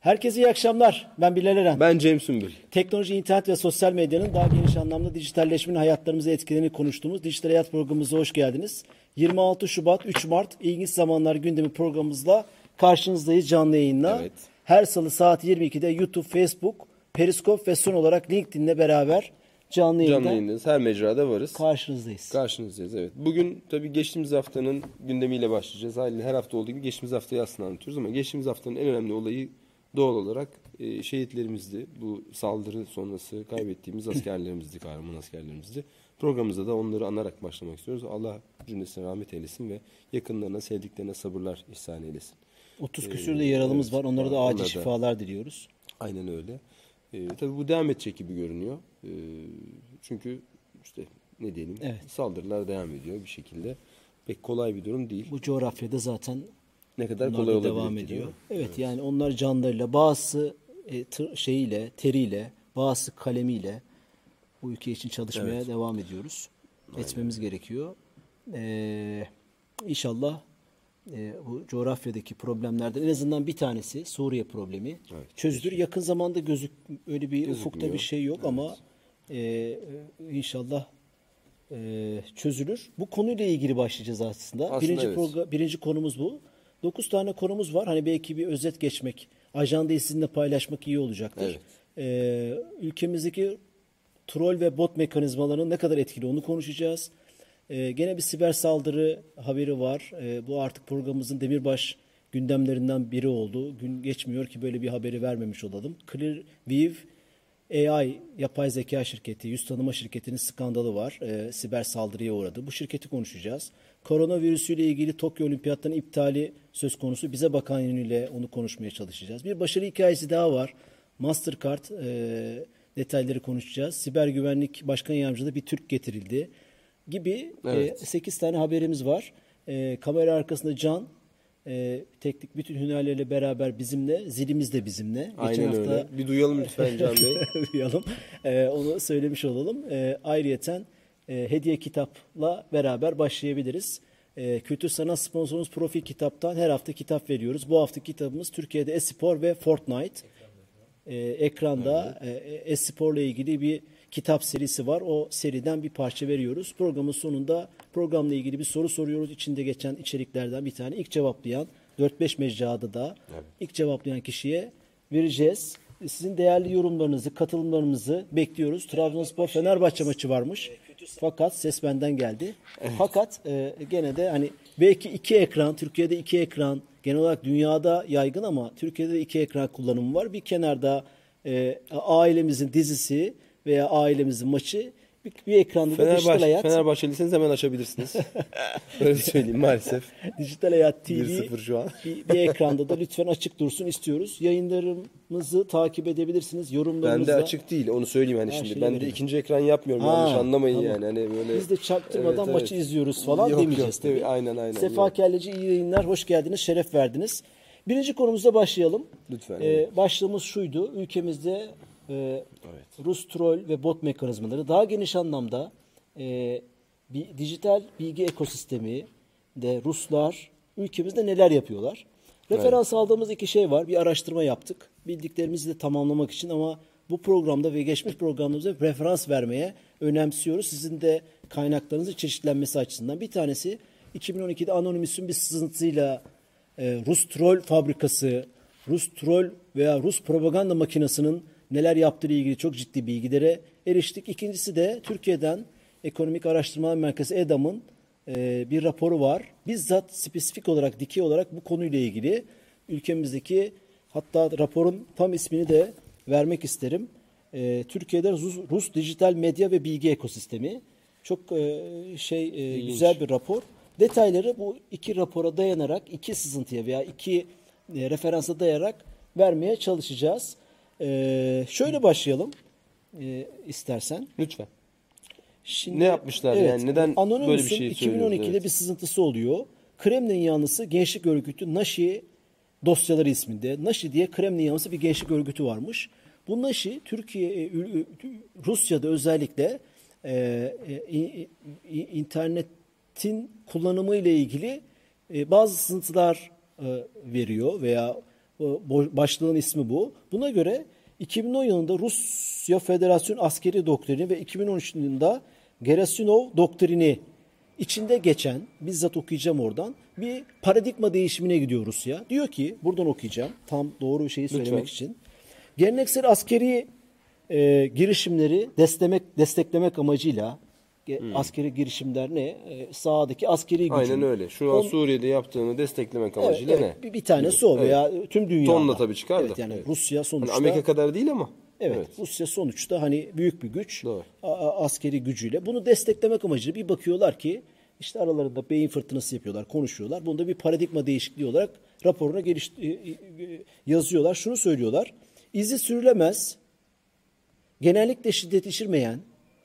Herkese iyi akşamlar. Ben Bilal Eren. Ben Cem Sümbül. Teknoloji, internet ve sosyal medyanın daha geniş anlamda dijitalleşmenin hayatlarımıza etkilerini konuştuğumuz Dijital Hayat programımıza hoş geldiniz. 26 Şubat, 3 Mart İlginç Zamanlar gündemi programımızla karşınızdayız canlı yayınla. Evet. Her salı saat 22'de YouTube, Facebook, Periskop ve son olarak LinkedIn'le beraber canlı yayındayız. Her mecrada varız. Karşınızdayız, evet. Bugün tabii geçtiğimiz haftanın gündemiyle başlayacağız. Haliyle her hafta olduğu gibi geçtiğimiz haftayı aslında anlatıyoruz ama geçtiğimiz haftanın en önemli olayı doğal olarak şehitlerimizdi. Bu saldırı sonrası kaybettiğimiz askerlerimizdi, kahraman askerlerimizdi. Programımızda da onları anarak başlamak istiyoruz. Allah cümlesine rahmet eylesin ve yakınlarına, sevdiklerine sabırlar ihsan eylesin. 30 küsür de yaralımız var. Onlara da acil şifalar diliyoruz. Aynen öyle. Tabii bu devam edecek gibi görünüyor. Çünkü işte ne diyelim, saldırılar devam ediyor bir şekilde. Pek kolay bir durum değil. Bu coğrafyada zaten ne kadar kolay olabilir devam ediyor. Evet, yani onlar canlarıyla, bazısı teriyle, bazısı kalemiyle bu ülke için çalışmaya devam ediyoruz. Etmemiz gerekiyor. İnşallah bu coğrafyadaki problemlerden en azından bir tanesi, Suriye problemi çözülür. Yakın zamanda öyle bir ufukta bir şey yok ama inşallah çözülür. Bu konuyla ilgili başlayacağız aslında. Birinci konumuz bu. 9 tane konumuz var. Hani belki bir özet geçmek, ajandayı sizinle paylaşmak iyi olacaktır. Ülkemizdeki troll ve bot mekanizmalarının ne kadar etkili onu konuşacağız. Gene bir siber saldırı haberi var. Bu artık programımızın demirbaş gündemlerinden biri oldu. Gün geçmiyor ki böyle bir haberi vermemiş olalım. Clearview AI yapay zeka şirketi, yüz tanıma şirketinin skandalı var. Siber saldırıya uğradı. Bu şirketi konuşacağız. Koronavirüsüyle ilgili Tokyo Olimpiyatlarının iptali söz konusu. Bize bakan yönüyle onu konuşmaya çalışacağız. Bir başarı hikayesi daha var. Mastercard detayları konuşacağız. Siber güvenlik başkan yardımcısında bir Türk getirildi gibi 8 tane haberimiz var. Kamera arkasında Can, teknik bütün hünerleriyle beraber bizimle, zilimiz de bizimle. Aynen öyle. Bir duyalım lütfen Can Bey. Duyalım. Onu söylemiş olalım. Ayrıyeten hediye kitapla beraber başlayabiliriz. Kültür sanat sponsorumuz Profil Kitap'tan her hafta kitap veriyoruz. Bu hafta kitabımız Türkiye'de e-spor ve Fortnite. Ekranda e-sporla ilgili bir kitap serisi var. O seriden bir parça veriyoruz. Programın sonunda programla ilgili bir soru soruyoruz. İçinde geçen içeriklerden bir tane. İlk cevaplayan 4-5 mecrada da ilk cevaplayan kişiye vereceğiz. Sizin değerli yorumlarınızı, katılımlarınızı bekliyoruz. Trabzonspor Fenerbahçe maçı varmış. Fakat ses benden geldi. Fakat gene de hani belki 2 ekran, Türkiye'de 2 ekran genel olarak dünyada yaygın ama Türkiye'de de 2 ekran kullanımı var. Bir kenarda ailemizin dizisi veya ailemizin maçı, bir ekranda da Dijital Hayat. Fenerbahçeliyseniz hemen açabilirsiniz. Böyle söyleyeyim maalesef. Dijital Hayat TV 1-0 şu an. bir ekranda da lütfen açık dursun istiyoruz. Yayınlarımızı takip edebilirsiniz. Yorumlarınızla. Ben de açık değil, onu söyleyeyim hani şimdi. Ben de ikinci ekran yapmıyorum. Yanlış anlamayın yani. Hani böyle. Biz de çaktırmadan maçı izliyoruz falan demeyeceğiz tabii. Aynen. Sefa Kelleci, iyi yayınlar. Hoş geldiniz. Şeref verdiniz. Birinci konumuza başlayalım. Lütfen. Başlığımız şuydu. Ülkemizde Rus troll ve bot mekanizmaları daha geniş anlamda bir dijital bilgi ekosistemi de Ruslar ülkemizde neler yapıyorlar? Referans aldığımız 2 şey var. Bir araştırma yaptık. Bildiklerimizi de tamamlamak için ama bu programda ve geçmiş programlarımızda referans vermeye önemsiyoruz. Sizin de kaynaklarınızın çeşitlenmesi açısından. Bir tanesi 2012'de Anonymous'un bir sızıntısıyla Rus troll fabrikası, Rus troll veya Rus propaganda makinesinin neler yaptığı ile ilgili çok ciddi bilgilere eriştik. İkincisi de Türkiye'den Ekonomik Araştırmalar Merkezi EDAM'ın bir raporu var. Bizzat spesifik olarak, dikey olarak bu konuyla ilgili ülkemizdeki, hatta raporun tam ismini de vermek isterim. Türkiye'de Rus dijital medya ve bilgi ekosistemi. Çok güzel bir rapor. Detayları bu 2 rapora dayanarak, 2 sızıntıya veya 2 referansa dayanarak vermeye çalışacağız. Şöyle başlayalım istersen. Lütfen. Şimdi, ne yapmışlar yani? Neden böyle bir şey söylüyoruz? 2012'de bir sızıntısı oluyor. Kremlin yanlısı gençlik örgütü Naşi dosyaları isminde. Naşi diye Kremlin yanlısı bir gençlik örgütü varmış. Bu Naşi Rusya'da özellikle internetin kullanımı ile ilgili bazı sızıntılar veriyor veya Başlığın ismi bu. Buna göre 2010 yılında Rusya Federasyon Askeri Doktrini ve 2013 yılında Gerasimov Doktrini içinde geçen, bizzat okuyacağım oradan, bir paradigma değişimine gidiyor Rusya. Diyor ki, buradan okuyacağım tam doğru şeyi söylemek Lütfen. için. Geleneksel askeri girişimleri desteklemek amacıyla askeri girişimler ne? Sahadaki askeri gücün. Aynen öyle. Şu an Suriye'de yaptığını desteklemek amacıyla Evet, ne? bir tanesi o veya tüm dünyada. Tonla tabii çıkar da. Evet, yani Evet. Rusya sonuçta. Hani Amerika kadar değil ama. Evet, Rusya sonuçta hani büyük bir güç. Doğru. Askeri gücüyle. Bunu desteklemek amacıyla bir bakıyorlar ki işte aralarında beyin fırtınası yapıyorlar, konuşuyorlar. Bunda bir paradigma değişikliği olarak raporuna yazıyorlar. Şunu söylüyorlar. İzi sürülemez, genellikle şiddet içermeyen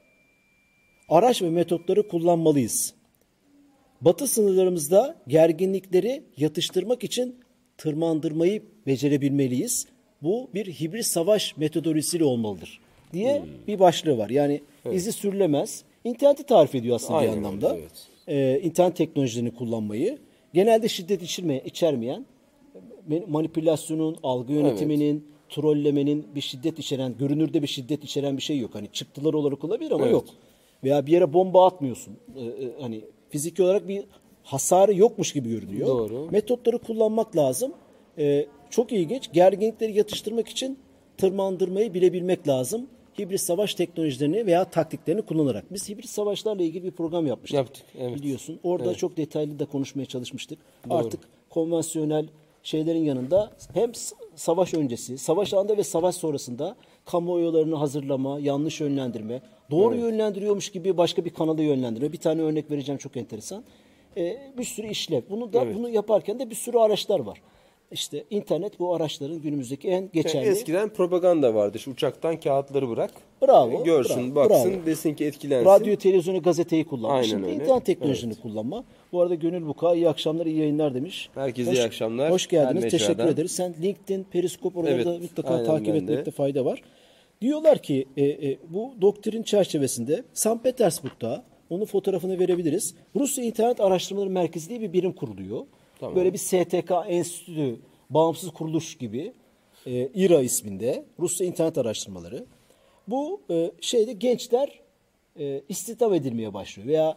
araç ve metotları kullanmalıyız. Batı sınırlarımızda gerginlikleri yatıştırmak için tırmandırmayı becerebilmeliyiz. Bu bir hibrit savaş metodolojisiyle olmalıdır diye bir başlığı var. Yani izi sürülemez. İnterneti tarif ediyor aslında Aynen bir anlamda. öyle, İnternet teknolojilerini kullanmayı. Genelde şiddet içermeyen, manipülasyonun, algı yönetiminin, trollemenin bir şiddet içeren, görünürde bir şiddet içeren bir şey yok. Hani çıktılar olarak olabilir ama yok. Veya bir yere bomba atmıyorsun. Hani fiziki olarak bir hasarı yokmuş gibi görünüyor. Doğru. Metotları kullanmak lazım. Çok ilginç. Gerginlikleri yatıştırmak için tırmandırmayı bilebilmek lazım. Hibrit savaş teknolojilerini veya taktiklerini kullanarak. Biz hibrit savaşlarla ilgili bir program yapmıştık. Yaptık, evet. Biliyorsun. Orada çok detaylı da konuşmaya çalışmıştık. Artık konvansiyonel şeylerin yanında hem savaş öncesi, savaş anında ve savaş sonrasında kamuoylarını hazırlama, yanlış yönlendirme, doğru yönlendiriyormuş gibi başka bir kanala yönlendirme. Bir tane örnek vereceğim, çok enteresan. Bir sürü işlev. Bunu yaparken de bir sürü araçlar var. İşte internet bu araçların günümüzdeki en geçerli. Eskiden propaganda vardı. Şu uçaktan kağıtları bırak. Bravo. Görsün, bravo, baksın, bravo. desin ki etkilensin. Radyo, televizyonu, gazeteyi kullanma. Aynen Şimdi öyle. internet teknolojisini kullanma. Bu arada Gönül Buka iyi akşamlar, iyi yayınlar demiş. Herkese iyi akşamlar. Hoş geldiniz. Her Teşekkür mecradan. ederiz. Sen LinkedIn, Periskop oraları da mutlaka aynen takip ben de. etmekte fayda var. Diyorlar ki bu doktrin çerçevesinde St. Petersburg'da, onun fotoğrafını verebiliriz, Rusya İnternet Araştırmaları Merkezi diye bir birim kuruluyor. Tamam. Böyle bir STK enstitü, bağımsız kuruluş gibi, İRA isminde Rusya İnternet Araştırmaları. Bu şeyde gençler istihdam edilmeye başlıyor veya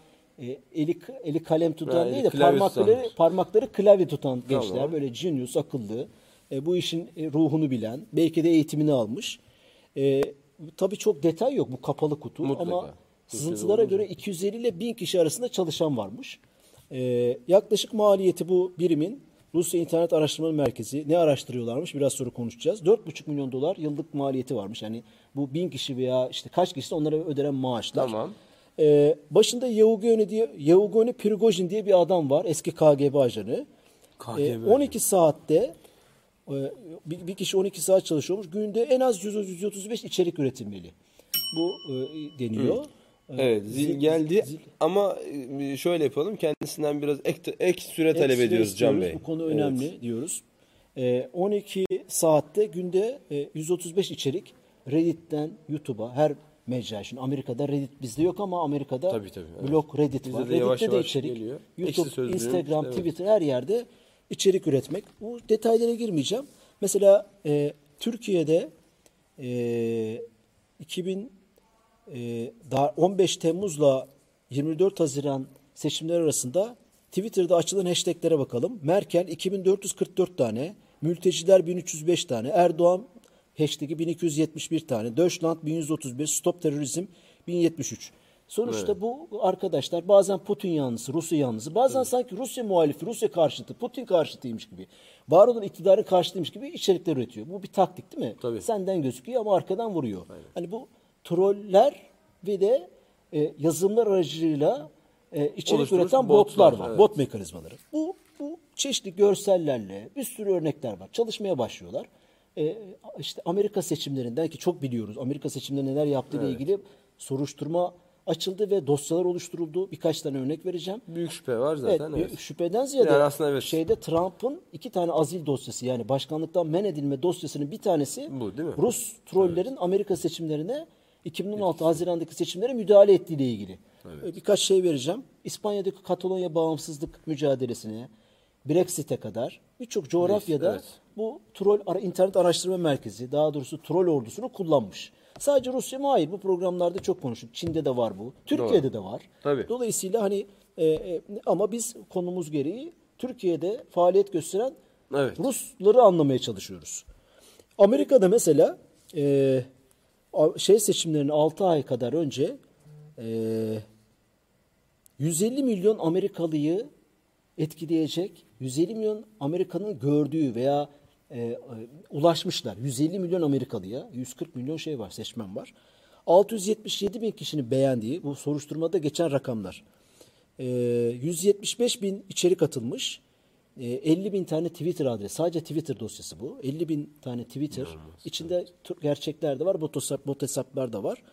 eli kalem tutan değil de parmakları klavye tutan gençler, Tamam. böyle genius, akıllı, bu işin ruhunu bilen, belki de eğitimini almış. Tabii çok detay yok, bu kapalı kutu. Mutlaka. Ama sızıntılara göre 250 ile 1000 kişi arasında çalışan varmış. Yaklaşık maliyeti bu birimin, Rusya İnternet Araştırmaları Merkezi ne araştırıyorlarmış biraz sonra konuşacağız. 4,5 milyon dolar yıllık maliyeti varmış. Yani bu 1000 kişi veya işte kaç kişi onlara ödenen maaşlar. Tamam. Başında Yevgeni Prigojin diye bir adam var. Eski KGB ajanı. 12 saatte bir kişi 12 saat çalışıyormuş. Günde en az 100-135 içerik üretilmeli. Bu deniyor. Evet, zil geldi ama şöyle yapalım, kendisinden biraz ek süre talep ediyoruz Can Bey. Bu konu önemli diyoruz. 12 saatte günde 135 içerik Reddit'ten YouTube'a, her mecra. Şimdi Amerika'da Reddit bizde yok ama Amerika'da Tabii, evet. blog Reddit Bizde var. de yavaş Reddit'te de yavaş içerik. geliyor. YouTube, Ekşi Sözlüğün, Instagram, evet. Twitter, her yerde içerik üretmek. Bu detaylara girmeyeceğim. Mesela Türkiye'de 15 Temmuz'la 24 Haziran seçimleri arasında Twitter'da açılan hashtaglere bakalım. Merkel 2444 tane, mülteciler 1305 tane, Erdoğan hashtag'i 1271 tane, Deutschland 1131, Stop Terörizm 1073. Sonuçta bu arkadaşlar bazen Putin yanlısı, Rusya yanlısı, bazen sanki Rusya muhalifi, Rusya karşıtı, Putin karşıtıymış gibi, var olan iktidarın karşıtıymış gibi içerikler üretiyor. Bu bir taktik değil mi? Tabii. Senden gözüküyor ama arkadan vuruyor. Hani bu troller ve de yazılımlar aracılığıyla içerik Oluşturmuş üreten botlar var. evet. Bot mekanizmaları. Bu çeşitli görsellerle bir sürü örnekler var. Çalışmaya başlıyorlar. İşte Amerika seçimlerinden, ki çok biliyoruz, Amerika seçimlerinde neler yaptığı ile ilgili soruşturma açıldı ve dosyalar oluşturuldu. Birkaç tane örnek vereceğim. Büyük şüphe var zaten. Evet. Şüpheden ziyade Yani aslında evet. şeyde Trump'ın 2 tane azil dosyası, yani başkanlıktan men edilme dosyasının bir tanesi Bu, değil mi? Rus trollerin Amerika seçimlerine, 2016 Haziran'daki seçimlere müdahale ettiği ile ilgili. Birkaç şey vereceğim. İspanya'daki Katalonya bağımsızlık mücadelesine, Brexit'e kadar birçok coğrafyada Evet. bu internet araştırma merkezi, daha doğrusu troll ordusunu kullanmış. Sadece Rusya mı? Hayır. Bu programlarda çok konuştuk. Çin'de de var bu. Türkiye'de de var. Tabii. Dolayısıyla hani ama biz konumuz gereği Türkiye'de faaliyet gösteren Evet. Rusları anlamaya çalışıyoruz. Amerika'da mesela seçimlerinin 6 ay kadar önce 150 milyon Amerikalıyı etkileyecek, 150 milyon Amerikanın gördüğü veya ulaşmışlar. 150 milyon Amerikalıya, 140 milyon seçmen var. 677 bin kişinin beğendiği, bu soruşturmada geçen rakamlar. 175 bin içerik atılmış. 50 bin tane Twitter adresi. Sadece Twitter dosyası bu. 50 bin tane Twitter. İçinde gerçekler de var, bot hesaplar da var.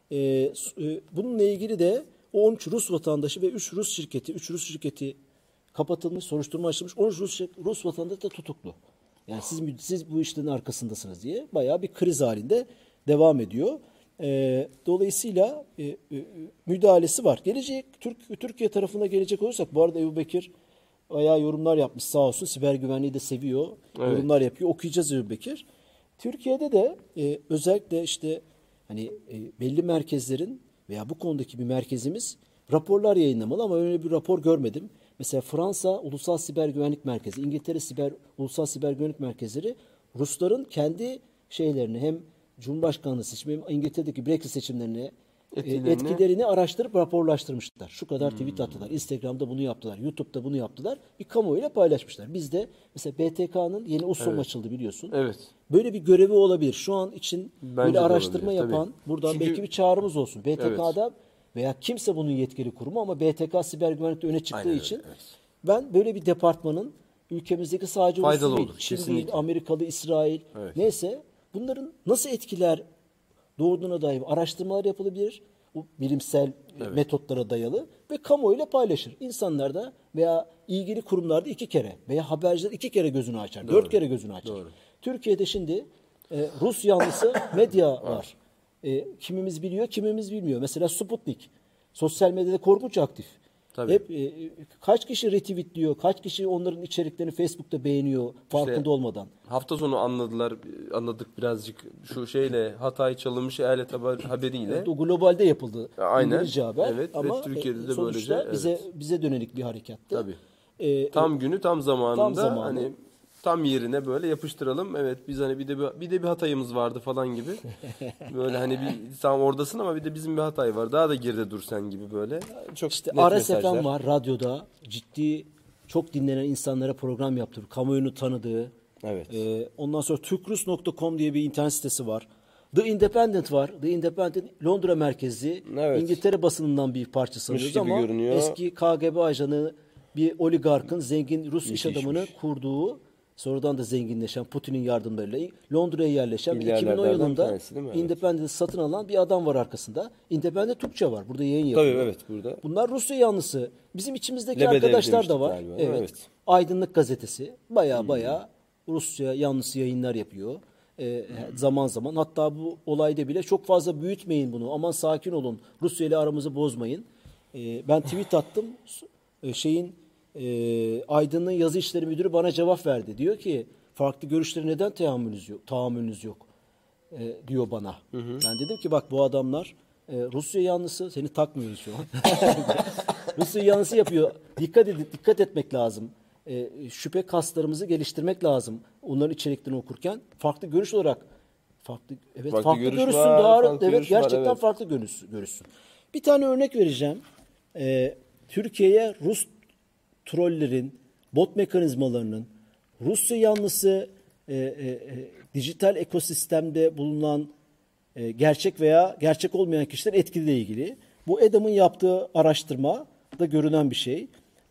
Bununla ilgili de 13 Rus vatandaşı ve 3 Rus şirketi kapatılmış, soruşturma açılmış. 13 Rus vatandaşı da tutuklu. Yani siz bu işlerin arkasındasınız diye bayağı bir kriz halinde devam ediyor. Dolayısıyla müdahalesi var. Türkiye tarafına gelecek olursak, bu arada Ebu Bekir bayağı yorumlar yapmış sağ olsun. Siber güvenliği de seviyor. Evet. Yorumlar yapıyor. Okuyacağız Ebu Bekir. Türkiye'de de özellikle işte hani belli merkezlerin veya bu konudaki bir merkezimiz raporlar yayınlamalı ama öyle bir rapor görmedim. Mesela Fransa Ulusal Siber Güvenlik Merkezi, İngiltere Ulusal Siber Güvenlik Merkezleri Rusların kendi şeylerini hem Cumhurbaşkanlığı seçimi hem İngiltere'deki Brexit seçimlerini etkilerini araştırıp raporlaştırmışlar. Şu kadar tweet attılar. Instagram'da bunu yaptılar. YouTube'da bunu yaptılar. Bir kamuoyuyla paylaşmışlar. Bizde mesela BTK'nın yeni USOM açıldı biliyorsun. Evet. Böyle bir görevi olabilir. Şu an için Bence böyle de araştırma olabilir, yapan tabii. buradan Çünkü- belki bir çağrımız olsun. BTK'da veya kimse bunun yetkili kurumu ama BTK siber güvenlikte öne çıktığı Aynen öyle, için evet. ben böyle bir departmanın ülkemizdeki sadece Faydalı Rus değil, olur, Çin kesinlikle. değil, Amerikalı, İsrail Evet. neyse bunların nasıl etkiler doğurduğuna dair araştırmalar yapılabilir. Bu bilimsel metotlara dayalı ve kamuoyuyla paylaşır. İnsanlar da veya ilgili kurumlarda 2 kere veya haberciler 2 kere gözünü açar. 4 kere gözünü açar. Doğru. Türkiye'de şimdi Rus yanlısı medya var. Kimimiz biliyor, kimimiz bilmiyor. Mesela Sputnik. Sosyal medyada korkunç aktif. Tabii. Hep kaç kişi retweetliyor, kaç kişi onların içeriklerini Facebook'ta beğeniyor farkında olmadan. Hafta sonu anladık birazcık şu şeyle Hatay çalınmış eyalet haberiyle. O globalde yapıldı. Aynen. İngilizce haber. Evet, ve ama Türkiye'de de sonuçta böylece, bize dönelik bir harekattı. Tabii. Tam günü tam zamanında tam zamanı. hani tam yerine böyle yapıştıralım. Evet biz hani bir de bir Hatay'ımız vardı falan gibi. Böyle hani bir tam oradasın ama bir de bizim bir Hatay var. Daha da geride dur sen gibi böyle. Çok İşte net RSFM mesajlar. var radyoda ciddi çok dinlenen insanlara program yaptırıyor. Kamuoyunu tanıdığı. Evet. Ondan sonra Türkrus.com diye bir internet sitesi var. The Independent var. The Independent Londra merkezli. Evet. İngiltere basınından bir parça sanıyoruz gibi ama görünüyor. eski KGB ajanı bir oligarkın zengin Rus iş Müthişmiş. adamını kurduğu sonradan da zenginleşen Putin'in yardımlarıyla Londra'ya yerleşen ve Milyarderlerden 2010 yılında bir tanesi değil mi? Evet. Independent'ı satın alan bir adam var arkasında. Independent Türkçe var. Burada yayın yapıyor. Tabii evet burada. Bunlar Rusya yanlısı. Bizim içimizdeki Lebedev arkadaşlar da demiştik var. galiba. Evet. Evet. Aydınlık gazetesi baya Rusya yanlısı yayınlar yapıyor. Zaman zaman hatta bu olayda bile çok fazla büyütmeyin bunu. Aman sakin olun. Rusya ile aramızı bozmayın. Ben tweet attım. Aydın'ın yazı işleri müdürü bana cevap verdi. Diyor ki farklı görüşlere neden tahammülünüz yok diyor bana. Ben dedim ki bak bu adamlar Rusya yanlısı, seni takmıyoruz şu an. Rusya yanlısı yapıyor. Dikkat etmek lazım. Şüphe kaslarımızı geliştirmek lazım. Onların içeriklerini okurken farklı görüş olarak farklı görüş görüşsün var, doğru. farklı Evet görüş var, gerçekten evet. farklı görüşsün. Bir tane örnek vereceğim. Türkiye'ye Rus trollerin, bot mekanizmalarının, Rusya yanlısı dijital ekosistemde bulunan gerçek veya gerçek olmayan kişiler etkiliyle ilgili. Bu Adam'ın yaptığı araştırmada görünen bir şey.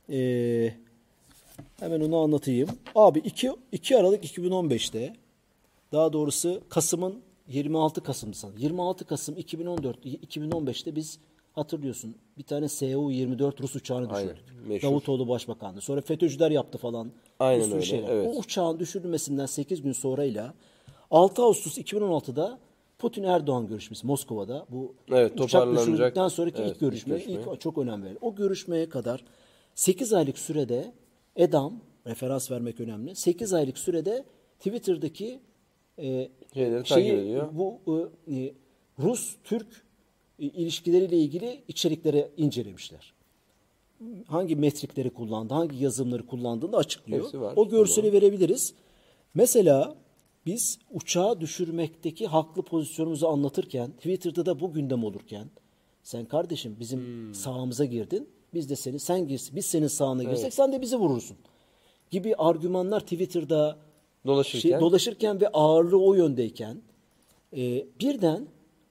Hemen onu anlatayım. Abi 2 Aralık 2015'te daha doğrusu 26 Kasım'dı sanırım. 26 Kasım 2015'te biz hatırlıyorsun bir tane Su-24 Rus uçağını düşürdük. Aynen, meşhur. Davutoğlu Başbakandı. Sonra FETÖ'cüler yaptı falan. Aynen Bir sürü öyle, şey var. evet. O uçağın düşürülmesinden 8 gün sonrayla 6 Ağustos 2016'da Putin Erdoğan görüşmesi Moskova'da. Bu Evet, uçak toparlanacak. düşürüldükten sonraki Evet, ilk görüşme. ilk görüşme. Çok önem verilir. O görüşmeye kadar 8 aylık sürede Edam referans vermek önemli. 8 aylık sürede Twitter'daki Şeyleri takip ediyor. bu Rus-Türk ilişkileriyle ilgili içerikleri incelemişler. Hangi metrikleri kullandı, hangi yazımları kullandığını açıklıyor. Hepsi var. O görseli verebiliriz. Mesela biz uçağı düşürmekteki haklı pozisyonumuzu anlatırken, Twitter'da da bu gündem olurken, sen kardeşim bizim sahamıza girdin, biz de sen girsin, biz senin sahana girsek sen de bizi vurursun gibi argümanlar Twitter'da dolaşırken ve ağırlığı o yöndeyken birden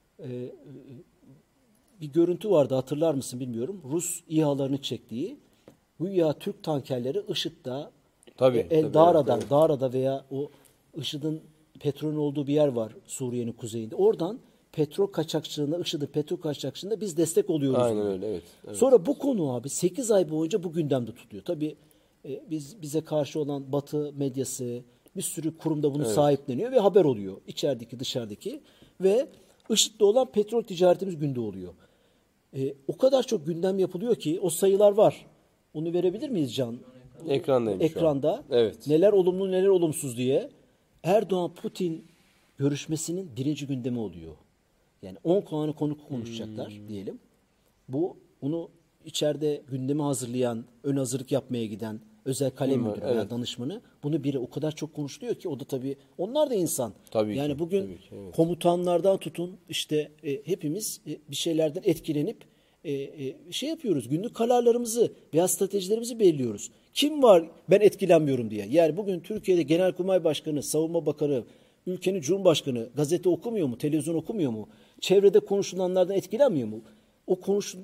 bir görüntü vardı, hatırlar mısın bilmiyorum. Rus İHA'larını çektiği, güya Türk tankerleri IŞİD'de Dara'da veya o IŞİD'in petrolün olduğu bir yer var Suriye'nin kuzeyinde. Oradan petrol kaçakçılığına, IŞİD'in petrol kaçakçılığına biz destek oluyoruz. Aynen öyle, evet. Sonra bu konu abi 8 ay boyunca bu gündemde tutuyor. Tabii bize karşı olan Batı medyası, bir sürü kurumda bunu sahipleniyor ve haber oluyor. İçerideki, dışarıdaki ve IŞİD'le olan petrol ticaretimiz günde oluyor. O kadar çok gündem yapılıyor ki o sayılar var. Onu verebilir miyiz Can? Ekranda. Evet. Neler olumlu neler olumsuz diye. Erdoğan-Putin görüşmesinin birinci gündemi oluyor. Yani 10 konu konuşacaklar diyelim. Bunu içeride gündemi hazırlayan, ön hazırlık yapmaya giden özel kalem müdürü veya danışmanı bunu biri o kadar çok konuşuluyor ki o da tabii onlar da insan. Tabii yani ki, bugün tabii ki, evet. Komutanlardan tutun işte hepimiz bir şeylerden etkilenip şey yapıyoruz. Günlük kararlarımızı veya stratejilerimizi belirliyoruz. Kim var ben etkilenmiyorum diye. Yani bugün Türkiye'de Genelkurmay Başkanı, Savunma Bakanı, ülkenin Cumhurbaşkanı gazete okumuyor mu? Televizyon okumuyor mu? Çevrede konuşulanlardan etkilenmiyor mu? O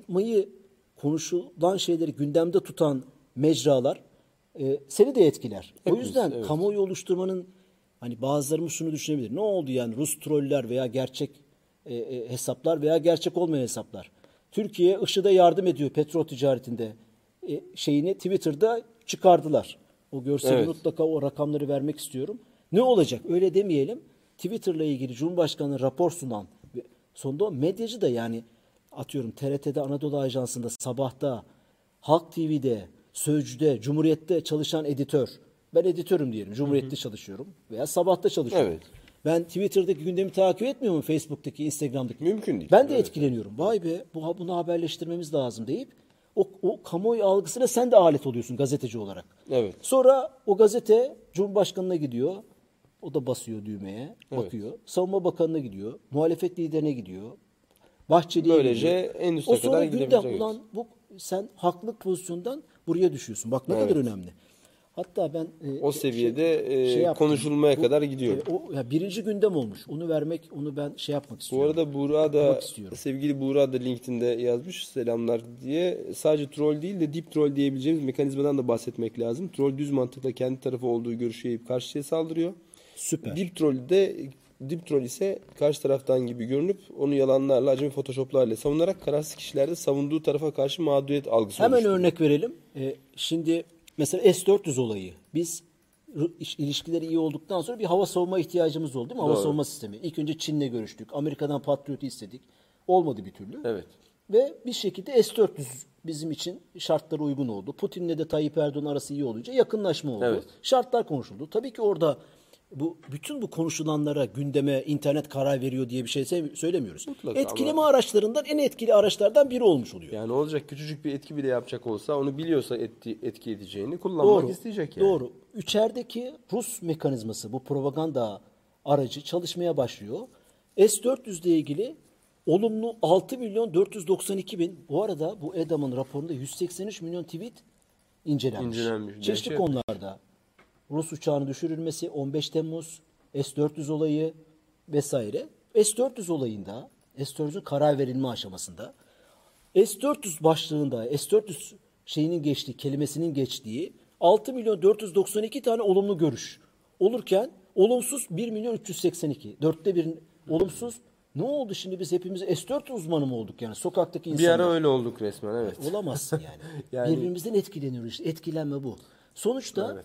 konuşulan şeyleri gündemde tutan mecralar seni de etkiler. Hepimiz, o yüzden evet. kamuoyu oluşturmanın hani bazılarımız şunu düşünebilir. Ne oldu yani Rus troller veya gerçek hesaplar veya gerçek olmayan hesaplar. Türkiye IŞİD'e yardım ediyor petrol ticaretinde. Şeyini Twitter'da çıkardılar. O görseli mutlaka o rakamları vermek istiyorum. Ne olacak? Öyle demeyelim. Twitter'la ilgili Cumhurbaşkanı rapor sunan sonunda medyacı da yani atıyorum TRT'de Anadolu Ajansı'nda Sabah'ta Halk TV'de Sözcü'de, Cumhuriyet'te çalışan editör. Ben editörüm diyelim. Cumhuriyet'te çalışıyorum veya Sabah'ta çalışıyorum. Evet. Ben Twitter'daki gündemi takip etmiyor muyum? Facebook'taki, Instagram'daki. Mümkün değil. Ben de etkileniyorum. Vay be bunu haberleştirmemiz lazım deyip o kamuoyu algısına sen de alet oluyorsun gazeteci olarak. Evet. Sonra o gazete Cumhurbaşkanı'na gidiyor. O da basıyor düğmeye, bakıyor. Savunma Bakanı'na gidiyor. Muhalefet liderine gidiyor. Bahçeli'ye Böylece gidiyor. en üste o sonra kadar gündem gidebilecek. ulan sen haklılık pozisyondan buraya düşüyorsun. Bak ne kadar önemli. Hatta ben o seviyede konuşulmaya kadar gidiyor. Birinci gündem olmuş. Onu ben şey yapmak Bu istiyorum. arada Buğra da sevgili Buğra da LinkedIn'de yazmış selamlar diye. Sadece troll değil de deep troll diyebileceğimiz mekanizmadan da bahsetmek lazım. Troll düz mantıkla kendi tarafı olduğu görüşü yayıp karşıya saldırıyor. Süper. Deep troll ise karşı taraftan gibi görünüp onu yalanlarla, acemi photoshoplarla savunarak kararsız kişilerde savunduğu tarafa karşı mağduriyet algısı Hemen oluşturuyor. örnek verelim. Şimdi mesela S-400 olayı. Biz ilişkileri iyi olduktan sonra bir hava savunma ihtiyacımız oldu değil mi? Hava savunma sistemi. İlk önce Çin'le görüştük. Amerika'dan Patriot'u istedik. Olmadı bir türlü. Evet. Ve bir şekilde S-400 bizim için şartlara uygun oldu. Putin'le de Tayyip Erdoğan arası iyi olunca yakınlaşma oldu. Evet. Şartlar konuşuldu. Tabii ki orada bütün bu konuşulanlara gündeme internet karar veriyor diye bir şey söylemiyoruz. Mutlaka etkileme araçlarından en etkili araçlardan biri olmuş oluyor. Yani olacak küçücük bir etki bile yapacak olsa onu biliyorsa etki edeceğini kullanmak isteyecek yani. Doğru. İçerideki Rus mekanizması bu propaganda aracı çalışmaya başlıyor. S-400 ile ilgili olumlu 6.492.000 bu arada bu EDAM'ın raporunda 183 milyon tweet incelenmiş. Çeşitli konularda. Rus uçağının düşürülmesi, 15 Temmuz, S-400 olayı vesaire. S-400 olayında, S-400'ün karar verilme aşamasında, S-400 başlığında, S-400 kelimesinin geçtiği 6.492 tane olumlu görüş olurken olumsuz 1.382. Dörtte bir olumsuz. Ne oldu şimdi biz hepimiz S-400 uzmanı mı olduk yani sokaktaki insanlar? Bir ara öyle olduk resmen evet. Olamazsın yani. Birbirimizden etkileniyoruz işte. Etkilenme bu. Sonuçta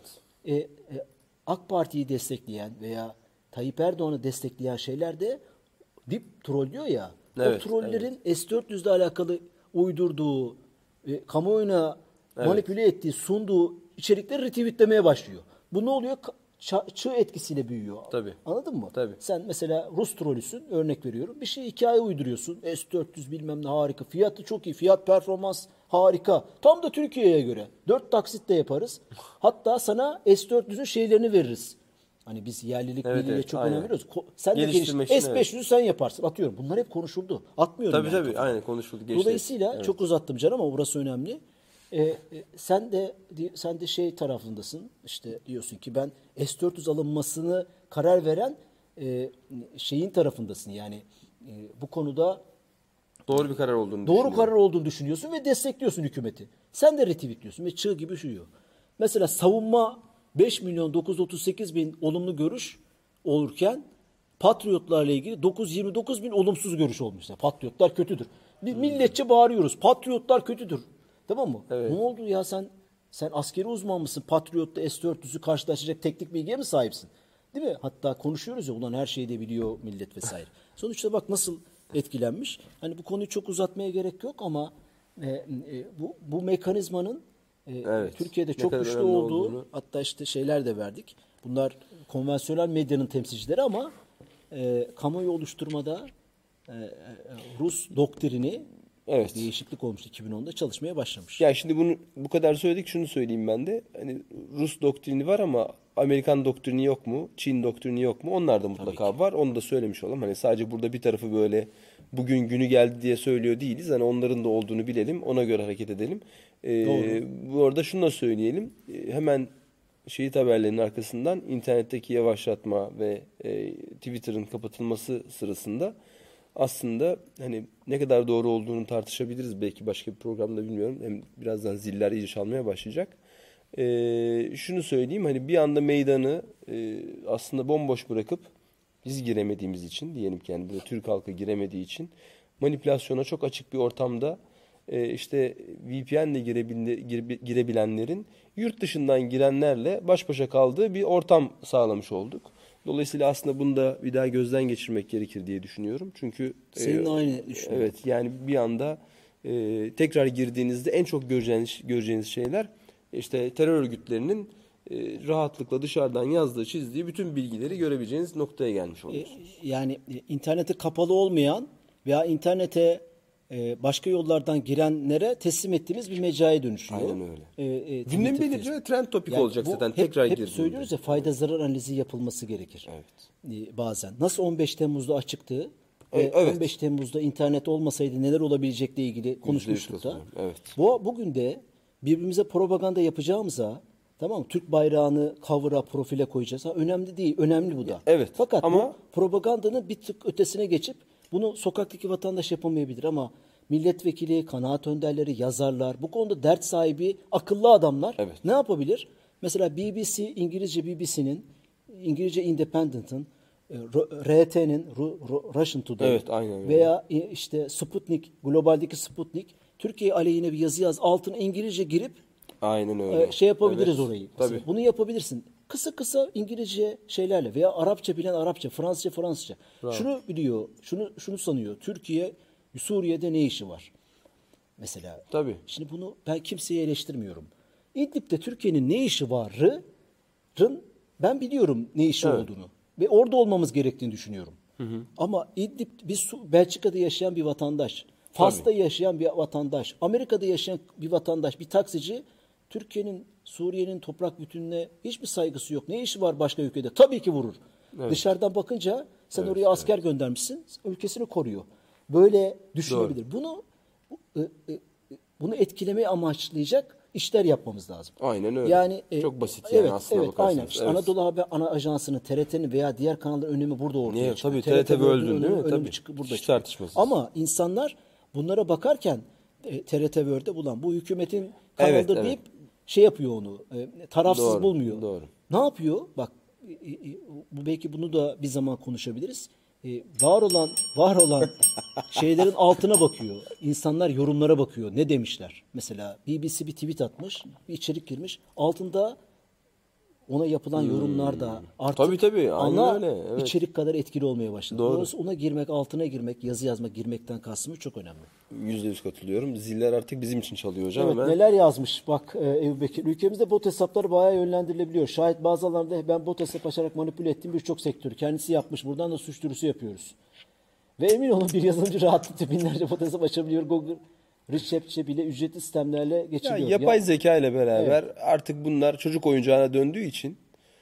AK Parti'yi destekleyen veya Tayyip Erdoğan'ı destekleyen şeyler de dip troll diyor ya. O trollerin S-400'le alakalı uydurduğu, kamuoyuna manipüle ettiği, sunduğu içerikleri retweetlemeye başlıyor. Bu ne oluyor? Çığ etkisiyle büyüyor. Tabii. Anladın mı? Tabii. Sen mesela Rus trollüsün, örnek veriyorum. Bir şey hikaye uyduruyorsun. S400 bilmem ne harika. Fiyatı çok iyi. Fiyat performans harika. Tam da Türkiye'ye göre. 4 taksitle yaparız. Hatta sana S400'ün şeylerini veririz. Hani biz yerlilik milliye çok aynen. önem veriyoruz. Sen de Geliştirme için, S500'ü sen yaparsın. Atıyorum. Bunlar hep konuşuldu. Atmıyorum Tabii yani tabii. kafama. Aynen konuşuldu. Geçti. Dolayısıyla çok uzattım canım ama burası önemli. Sen de şey tarafındasın. İşte diyorsun ki ben S400 alınmasını karar veren şeyin tarafındasın. Yani bu konuda Doğru bir karar olduğunu doğru düşünüyorum. karar olduğunu düşünüyorsun ve destekliyorsun hükümeti. Sen de retweetliyorsun ve çığ gibi üşüyor. Mesela savunma 5 milyon 938 bin olumlu görüş olurken Patriotlarla ilgili 929 bin olumsuz görüş olmuş. Yani Patriotlar kötüdür. Biz milletçe bağırıyoruz. Patriotlar kötüdür. Tamam mı? Evet. Ne oldu ya sen askeri uzman mısın? Patriot'ta S-400'ü karşılaşacak teknik bilgiye mi sahipsin? Değil mi? Hatta konuşuyoruz ya ulan her şeyi de biliyor millet vesaire. Sonuçta bak nasıl etkilenmiş. Hani bu konuyu çok uzatmaya gerek yok ama bu mekanizmanın Evet. Türkiye'de Ne çok kadar güçlü önemli olduğu olduğunu. hatta işte şeyler de verdik. Bunlar konvansiyonel medyanın temsilcileri ama kamuoyu oluşturmada Rus doktrini Evet. değişiklik olmuş 2010'da çalışmaya başlamış. Ya şimdi bunu bu kadar söyledik, şunu söyleyeyim ben de. Hani Rus doktrini var ama Amerikan doktrini yok mu? Çin doktrini yok mu? Onlar da mutlaka var. Onu da söylemiş olalım. Hani sadece burada bir tarafı böyle bugün günü geldi diye söylüyor değiliz. Hani onların da olduğunu bilelim. Ona göre hareket edelim. Doğru. Bu arada şunu da söyleyelim. Hemen şehit haberlerinin arkasından internetteki yavaşlatma ve Twitter'ın kapatılması sırasında aslında hani ne kadar doğru olduğunu tartışabiliriz belki başka bir programda, bilmiyorum. Hem birazdan ziller iyice çalmaya başlayacak. Şunu söyleyeyim, hani bir anda meydanı aslında bomboş bırakıp biz giremediğimiz için, diyelim ki yani burada Türk halkı giremediği için manipülasyona çok açık bir ortamda işte VPN ile girebilenlerin yurt dışından girenlerle baş başa kaldığı bir ortam sağlamış olduk. Dolayısıyla aslında bunu da bir daha gözden geçirmek gerekir diye düşünüyorum. Çünkü Senin aynı düşünüyorum. evet, yani bir anda tekrar girdiğinizde en çok göreceğiniz şeyler işte terör örgütlerinin rahatlıkla dışarıdan yazdığı, çizdiği bütün bilgileri görebileceğiniz noktaya gelmiş oluyorsunuz. Yani internete kapalı olmayan veya internete başka yollardan girenlere teslim ettiğimiz bir mecraya dönüşüyor. Aynen öyle. Twitter, Gündem Facebook. belirtici ve trend topik Yani olacak bu zaten hep tekrar girdiğinde. söylüyoruz ya, fayda zarar analizi yapılması gerekir. Bazen. Nasıl 15 Temmuz'da açıktı? Evet. 15 Temmuz'da internet olmasaydı neler olabilecekle ilgili konuşmuştuk da. Evet. Bugün de birbirimize propaganda yapacağımıza, tamam mı? Türk bayrağını cover'a, profile koyacağız. Ha, önemli değil. Önemli bu da. Evet. Fakat Ama bu propagandanın bir tık ötesine geçip bunu sokaktaki vatandaş yapamayabilir ama milletvekili, kanaat önderleri, yazarlar, bu konuda dert sahibi akıllı adamlar Evet. ne yapabilir? Mesela BBC, İngilizce BBC'nin, İngilizce Independent'ın, RT'nin, Russian Today Evet, aynen öyle. veya işte Sputnik, globaldeki Sputnik, Türkiye aleyhine bir yazı yaz, altına İngilizce girip aynen öyle. şey yapabiliriz Evet, orayı. Mesela tabii. bunu yapabilirsin. Kısa kısa İngilizce şeylerle veya Arapça bilen Arapça, Fransızca. Şunu biliyor, şunu sanıyor. Türkiye Suriye'de ne işi var? Mesela. Tabii. Şimdi bunu ben kimseye eleştirmiyorum. İdlib'de Türkiye'nin ne işi var'ın ben biliyorum ne işi olduğunu ve orada olmamız gerektiğini düşünüyorum. Ama İdlib Belçika'da yaşayan bir vatandaş, Fas'ta yaşayan bir vatandaş, Amerika'da yaşayan bir vatandaş, bir taksici Türkiye'nin, Suriye'nin toprak bütününe hiçbir saygısı yok. Ne işi var başka ülkede? Tabii ki vurur. Dışarıdan bakınca sen oraya asker göndermişsin, ülkesini koruyor. Böyle düşünebilir. Bunu etkilemeyi amaçlayacak işler yapmamız lazım. Aynen öyle. Yani çok basit yani aslında bakarsanız. aynen. İşte Evet. Anadolu Haber ana ajansının, TRT'nin veya diğer kanalların önemi burada ortaya Niye? çıkıyor. Tabii TRT böldün değil mi? önemi Tabii. burada Hiç çıkıyor. tartışmasız. Ama insanlar bunlara bakarken TRT World'de bulan bu hükümetin kanalıdır Evet, evet. deyip şey yapıyor onu. Tarafsız Doğru, bulmuyor. doğru. Ne yapıyor? Bak bu belki bunu da bir zaman konuşabiliriz. Var olan şeylerin altına bakıyor. İnsanlar yorumlara bakıyor. Ne demişler? Mesela BBC bir tweet atmış, bir içerik girmiş. Altında ona yapılan yorumlar da artık Tabii, aynen ana öyle, evet. içerik kadar etkili olmaya başladı. Doğru. Dolayısıyla ona girmek, altına girmek, yazı yazmak, girmekten kastım çok önemli. %100 katılıyorum. Ziller artık bizim için çalıyor hocam Evet, hemen. neler yazmış bak Ebu Bekir. Ülkemizde bot hesapları bayağı yönlendirilebiliyor. Şayet bazı alanlarda ben bot hesap açarak manipüle ettiğim birçok sektörü kendisi yapmış. Buradan da suç duyurusu yapıyoruz. Ve emin olun bir yazılımcı rahatlıkla binlerce bot hesap açabiliyor. Google Research'e bile ücretli sistemlerle Ya, geçiliyor. yapay zeka ile beraber artık bunlar çocuk oyuncağına döndüğü için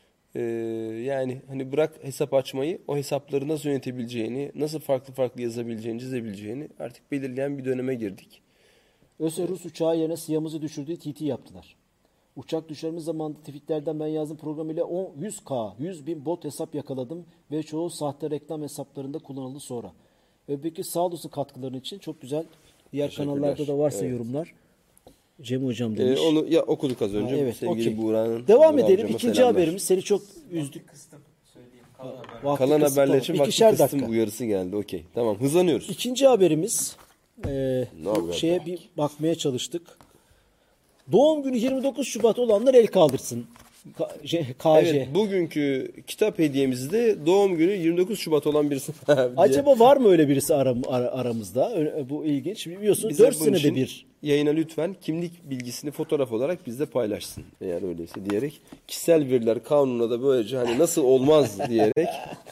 yani hani bırak hesap açmayı, o hesapları nasıl yönetebileceğini, nasıl farklı yazabileceğini, çizebileceğini artık belirleyen bir döneme girdik. ÖSE Rus uçağı yerine siyamızı düşürdüğü TT yaptılar. Uçak düşürme zamanında tweetlerden ben yazdım program ile 100 bin bot hesap yakaladım ve çoğu sahte reklam hesaplarında kullanıldı sonra. Peki sağ olasın katkıların için. Çok güzel. Diğer Teşekkürler. kanallarda da varsa Evet. yorumlar. Cem Hocam demiş. Onu ya okuduk az önce. Evet, Sevgili okey. Buğra'nın. Devam Buğra edelim. hocama İkinci selamlar. haberimiz. Seni çok üzdük. Kıstım söyleyeyim. Kalan haber. Vakti Kalan kısıtlı haberler oldu. için vakti İkişer kıstım dakika. uyarısı geldi. Okey. Tamam, hızlanıyoruz. İkinci haberimiz haber? şeye bir bakmaya çalıştık. Doğum günü 29 Şubat olanlar el kaldırsın. KJ. Evet, bugünkü kitap hediyemizi de doğum günü 29 Şubat olan birisi. Acaba var mı öyle birisi aramızda? Bu ilginç. Biliyorsunuz Bize 4 bunun senede için bir. yayına lütfen kimlik bilgisini fotoğraf olarak bizde paylaşsın eğer öyleyse diyerek, kişisel veriler kanununa da böylece hani nasıl olmaz diyerek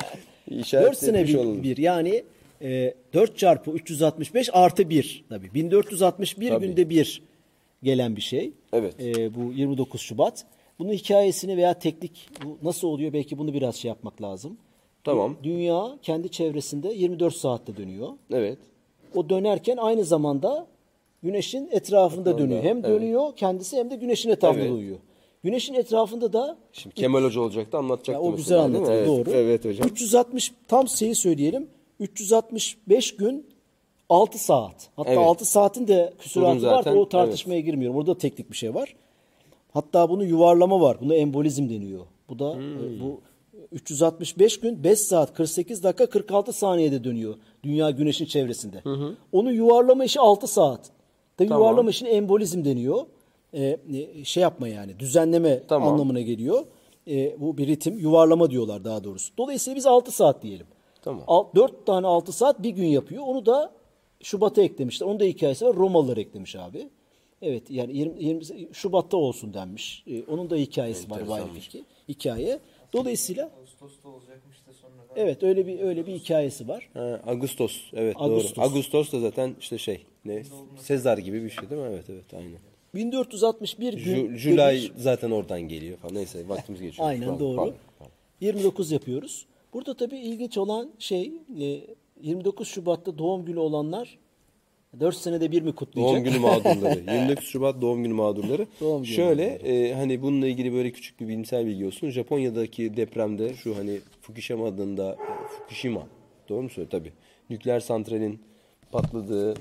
4 sene etmiş olalım. bir. Yani 4 çarpı 365 artı 1. Tabii 1461 Tabii. günde bir gelen bir şey. Evet. Bu 29 Şubat. Bunun hikayesini veya teknik bu nasıl oluyor belki bunu biraz şey yapmak lazım. Tamam. Dünya kendi çevresinde 24 saatte dönüyor. Evet. O dönerken aynı zamanda Güneş'in etrafında dönüyor. Hem dönüyor kendisi hem de Güneş'in etrafında Evet. dönüyor. Güneş'in etrafında da Şimdi Kemal Hoca olacaktı, anlatacaktı o mesela, güzel değil mi? anlatıldı, Evet. doğru. Evet hocam. 360 tam şeyi söyleyelim. 365 gün 6 saat. Hatta Evet. 6 saatin de küsuratı Sorun var da zaten, o tartışmaya girmiyorum. Orada teknik bir şey var. Hatta bunu yuvarlama var. Buna embolizm deniyor. Bu da bu 365 gün 5 saat 48 dakika 46 saniyede dönüyor. Dünya Güneş'in çevresinde. Onu yuvarlama işi 6 saat. Tabii Tamam. yuvarlama işine embolizm deniyor. Şey yapma yani düzenleme Tamam. anlamına geliyor. Bu bir ritim yuvarlama diyorlar daha doğrusu. Dolayısıyla biz 6 saat diyelim. Tamam. 4 tane 6 saat bir gün yapıyor. Onu da Şubat'a eklemişler. Onun da hikayesi var. Romalılar eklemiş abi. Evet yani 20 Şubat'ta olsun denmiş. Onun da hikayesi var. Bayraki hikaye. Dolayısıyla Ağustos'ta olacakmış da sonradan. evet öyle bir hikayesi var. Ağustos. Evet, Ağustos. doğru. Ağustos da zaten işte ne? Sezar gibi bir şey değil mi? Evet aynen. 1461 gün July zaten oradan geliyor falan. Neyse vaktimiz geçiyor. aynen Pardon, doğru. pardon. 29 yapıyoruz. Burada tabii ilginç olan şey 29 Şubat'ta doğum günü olanlar 4 senede bir mi kutlayacak? Doğum günü mağdurları. 29 Şubat doğum günü mağdurları. Doğum günü Şöyle hani bununla ilgili böyle küçük bir bilimsel bilgi olsun. Japonya'daki depremde şu hani Fukushima adında Fukushima, doğru mu söylüyorum? Tabii. Nükleer santralin patladığı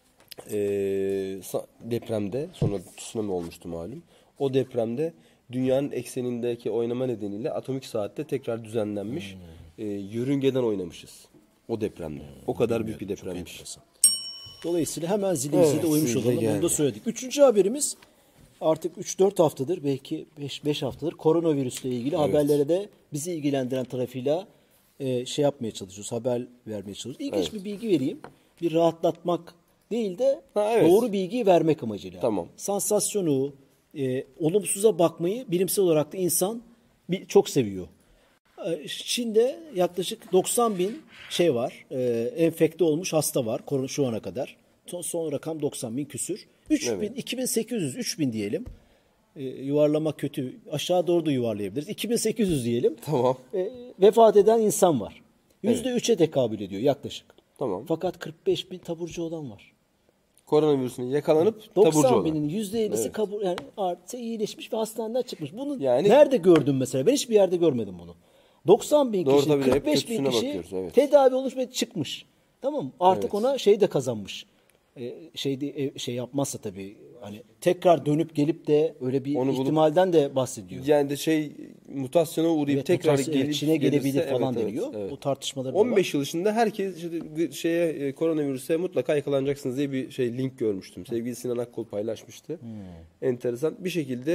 depremde, sonra tsunami olmuştu malum. O depremde dünyanın eksenindeki oynama nedeniyle atomik saatte tekrar düzenlenmiş. Yörüngeden oynamışız o depremde. O kadar büyük bir depremmiş. Dolayısıyla hemen zilimize Evet, de uymuş zil de olalım. Bunu da geldi. söyledik. Üçüncü haberimiz artık 3-4 haftadır belki 5 haftadır koronavirüsle ilgili haberlere de bizi ilgilendiren tarafıyla şey yapmaya çalışıyoruz. Haber vermeye çalışıyoruz. İlginç bir bilgi vereyim. Bir rahatlatmak değil de evet. doğru bilgiyi vermek amacıyla. Tamam. Sansasyonu, olumsuza bakmayı bilimsel olarak da insan çok seviyor. Çin'de yaklaşık 90 bin şey var. Enfekte olmuş hasta var şu ana kadar. Son rakam 90 bin küsür. 3 bin, 2800, 3000 diyelim. Yuvarlama kötü. Aşağı doğru da yuvarlayabiliriz. 2800 diyelim. Tamam. Vefat eden insan var. %3'e tekabül ediyor yaklaşık. Tamam. Fakat 45 bin taburcu olan var. Koronavirüsüne yakalanıp taburcu 90 olan. binin %50'si kabul yani artık iyileşmiş ve hastaneden çıkmış. Bunu Yani- nerede gördüm mesela? Ben hiçbir yerde görmedim bunu. 90 bin Doğru, kişi, tabii de hep 45 bin kötüsüne kişi bakıyoruz, evet. tedavi olmuş ve çıkmış. Tamam mı? Artık Evet. ona şey de kazanmış. Şey yapmazsa tabii hani tekrar dönüp gelip de öyle bir Onu bulup- ihtimalden de bahsediyor. Yani mutasyona uğrayıp Evet, tekrar mutasyon, evet, gelip Çin'e gelebilir gelirse, falan evet, deniyor. evet. O tartışmaları da var. 15 yıl içinde herkes işte, koronavirüse mutlaka yakalanacaksınız diye bir link görmüştüm. Sevgili Sinan Akkol paylaşmıştı. Enteresan. Bir şekilde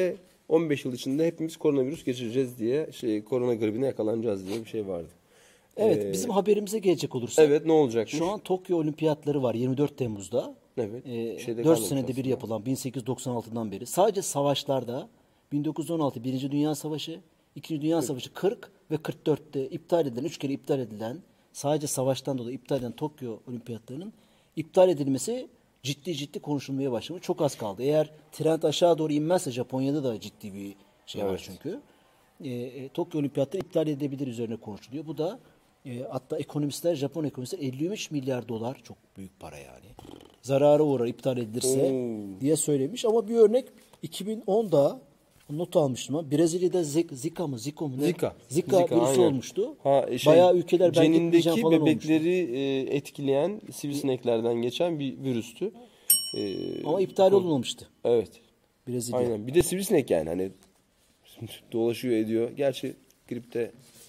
15 yıl içinde hepimiz koronavirüs geçireceğiz diye, korona gribine yakalanacağız diye bir şey vardı. Evet, bizim haberimize gelecek olursak. Evet, ne olacakmış? Şu an Tokyo Olimpiyatları var 24 Temmuz'da. Evet. 4 kalmamış senede bir aslında. yapılan 1896'dan beri. Sadece savaşlarda 1916 Birinci Dünya Savaşı, İkinci Dünya Savaşı 40 ve 44'te iptal edilen, 3 kere iptal edilen, sadece savaştan dolayı iptal edilen Tokyo Olimpiyatlarının iptal edilmesi ciddi konuşulmaya başlamış. Çok az kaldı. Eğer trend aşağı doğru inmezse Japonya'da da ciddi bir şey var çünkü. Tokyo Olimpiyatları iptal edebilir üzerine konuşuluyor. Bu da hatta Japon ekonomistler 53 milyar dolar, çok büyük para yani. Zarara uğrar iptal edilirse diye söylemiş. Ama bir örnek 2010'da not almıştım ama Brezilya'da Zika mı? Zika mı? Ne? Zika virüsü aynen. olmuştu. Ha, Bayağı ülkeler ben gitmeyeceğim cenindeki falan olmuştu. bebekleri etkileyen sivrisineklerden geçen bir virüstü. Ama iptal olmamıştı Evet. Brezilya. Aynen. Bir de sivrisinek yani hani dolaşıyor ediyor. Gerçi gripte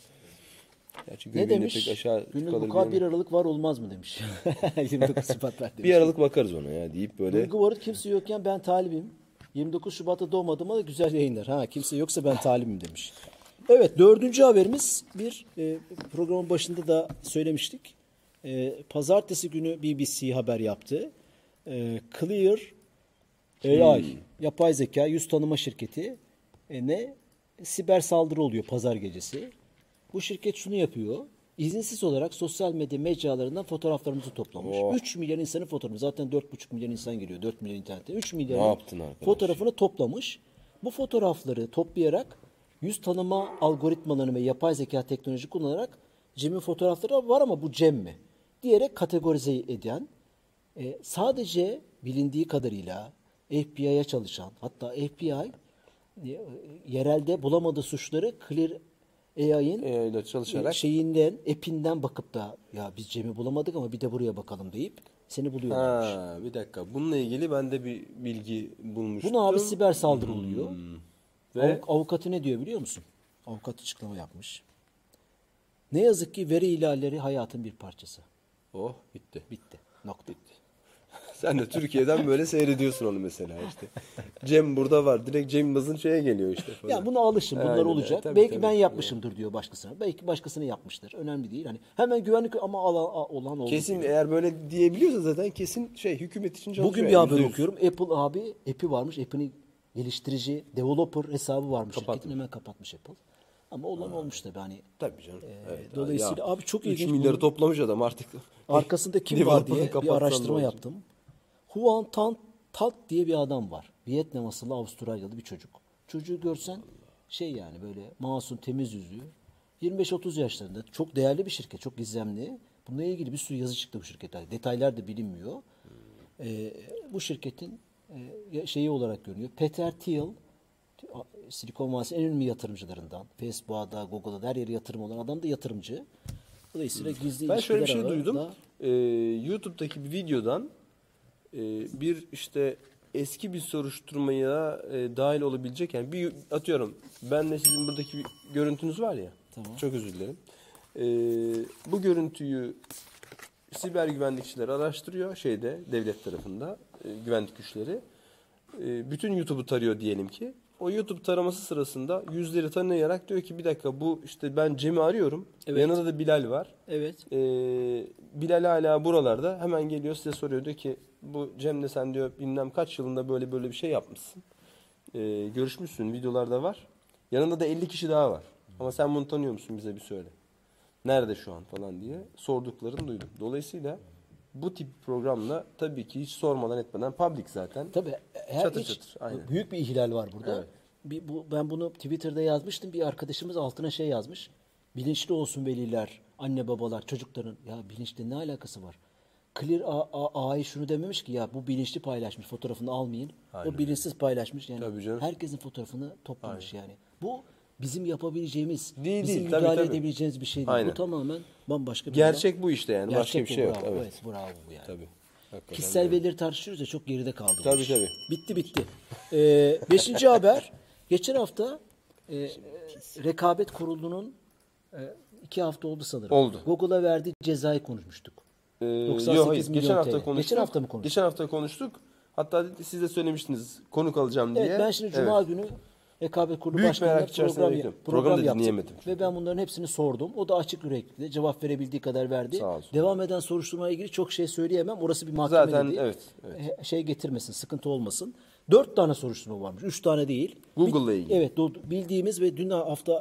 Ne gribinde demiş? pek aşağı Günlük kalır muka diyemem. 1 Aralık var olmaz mı demiş. 29 Şubat var demiş. Bir aralık bakarız ona ya deyip böyle. Duygu varır kimse yokken ben talibim. 29 Şubat'ta doğmadım ama güzel yayınlar. Ha, kimse yoksa ben talibim demiş. Evet, dördüncü haberimiz programın başında da söylemiştik. Pazartesi günü BBC haber yaptı. Clear AI, yapay zeka yüz tanıma şirketi siber saldırı oluyor pazar gecesi. Bu şirket şunu yapıyor. İzinsiz olarak sosyal medya mecralarından fotoğraflarımızı toplamış. 3 milyon insanın fotoğrafı. Zaten 4,5 milyon insan giriyor. 4 milyon internette. 3 milyon yaptın arkadaş? fotoğrafını toplamış. Bu fotoğrafları toplayarak yüz tanıma algoritmalarını ve yapay zeka teknoloji kullanarak Cem'in fotoğrafları var ama bu Cem mi diyerek kategorize eden, sadece bilindiği kadarıyla FBI'ya çalışan, hatta FBI yerelde bulamadığı suçları Clear AI'ın ile çalışarak app'inden bakıp da ya biz Cem'i bulamadık ama bir de buraya bakalım deyip seni buluyorlarmış. Ha, bir dakika. Bununla ilgili ben de bir bilgi bulmuştum. Buna abi siber saldırı oluyor. Ve Avukatı ne diyor biliyor musun? Avukat açıklama yapmış. Ne yazık ki veri ihlalleri hayatın bir parçası. oh bitti. Bitti. Nokta. Sen de Türkiye'den böyle seyrediyorsun onu mesela işte. Cem burada var. Direkt Cem Yılmaz'ın şeye geliyor işte falan. Ya buna alışın. Bunlar Aynen, olacak. tabii, Belki tabii. ben yapmışımdır diyor başkasına. Belki başkasını yapmıştır. Önemli değil. Hani hemen güvenlik ama olan oldu. Kesin eğer böyle diyebiliyorsa zaten kesin hükümet için çalışıyor. Bugün bir yani, haber %100. okuyorum. Apple abi app'i varmış. App'ini geliştirici, developer hesabı varmış. Kapatmış. Şirketin hemen kapatmış Apple. Ama olan olmuş tabii hani. Tabii canım. Evet, Dolayısıyla ya, abi çok 3 ilginç. milyarı Bunun toplamış adam artık. arkasında kim var Developer'ı diye bir kapatsan ne araştırma olacak? yaptım. Huan Tat diye bir adam var. Vietnam asıllı Avustralyalı bir çocuk. Çocuğu görsen yani böyle masum, temiz yüzlü. 25-30 yaşlarında. Çok değerli bir şirket. Çok gizemli. Bununla ilgili bir sürü yazı çıktı bu şirketler. Detaylar da bilinmiyor. Bu şirketin şeyi olarak görünüyor. Peter Thiel, Silikon Vadisi'nin en önemli yatırımcılarından. Facebook'a da, Google'a da her yere yatırım olan adam da yatırımcı. Dolayısıyla gizli Ben şöyle bir şey ilişkiler duydum. da- YouTube'daki bir videodan bir işte eski bir soruşturmaya dahil olabilecek, yani bir atıyorum benle sizin buradaki bir görüntünüz var ya. Tamam. Çok özür dilerim. Bu görüntüyü siber güvenlikçiler araştırıyor devlet tarafında güvenlik güçleri. Bütün YouTube'u tarıyor diyelim ki. O YouTube taraması sırasında yüzleri tanıyarak diyor ki bir dakika, bu işte ben Cem'i arıyorum. Evet. Yanında da Bilal var. Evet. Bilal hala buralarda. Hemen geliyor size soruyor, diyor ki bu Cem'le sen diyor bilmem kaç yılında böyle bir şey yapmışsın. Görüşmüşsün, videolarda var. Yanında da 50 kişi daha var. Ama sen bunu tanıyor musun, bize bir söyle. Nerede şu an falan diye sorduklarını duydum. Dolayısıyla bu tip programla tabii ki hiç sormadan etmeden, public zaten. Tabii Çatır hiç çatır, aynen. büyük bir ihlal var burada. Evet. Ben bunu Twitter'da yazmıştım. Bir arkadaşımız altına yazmış. Bilinçli olsun veliler, anne babalar, çocukların. Ya bilinçli ne alakası var? Clear AI şunu dememiş ki ya bu bilinçli paylaşmış, fotoğrafını almayın. O bilinçsiz paylaşmış. Yani Tabii canım. herkesin fotoğrafını toplamış yani. Bu bizim yapabileceğimiz, Değil, bizim değil. Tabii, müdahale tabii. edebileceğimiz bir şey değil. Aynen. Bu tamamen bambaşka bir Gerçek bu işte yani. Başka bir bu, şey yok. bravo. Evet. Bravo bu yani. Tabii. Hakikaten Kişisel öyle. verileri tartışıyoruz ya, çok geride kaldı. bu Tabii, iş. tabii. Bitti. Beşinci haber. Geçen hafta Rekabet Kurulu'nun 2 hafta oldu sanırım. Oldu. Google'a verdiği cezayı konuşmuştuk. 98 Yok, hayır. milyon Geçen hafta TL. konuştuk. Geçen hafta mı konuştuk? Geçen hafta konuştuk. Hatta siz de söylemiştiniz konuk alacağım diye. Evet, ben şimdi Cuma günü Rekabet Kurulu Büyük Başkanı'na merak içerisinde program, bekliyorum. program Programı da yaptık. dinleyemedim. Ve ben bunların hepsini sordum. O da açık yürekli. Cevap verebildiği kadar verdi. Sağ olsun. Devam eden soruşturmaya ilgili çok şey söyleyemem. Orası bir mahkeme Zaten dedi. evet. Şey getirmesin, sıkıntı olmasın. 4 tane soruşturma varmış. 3 tane değil. Google'la ilgili. Evet, bildiğimiz ve dün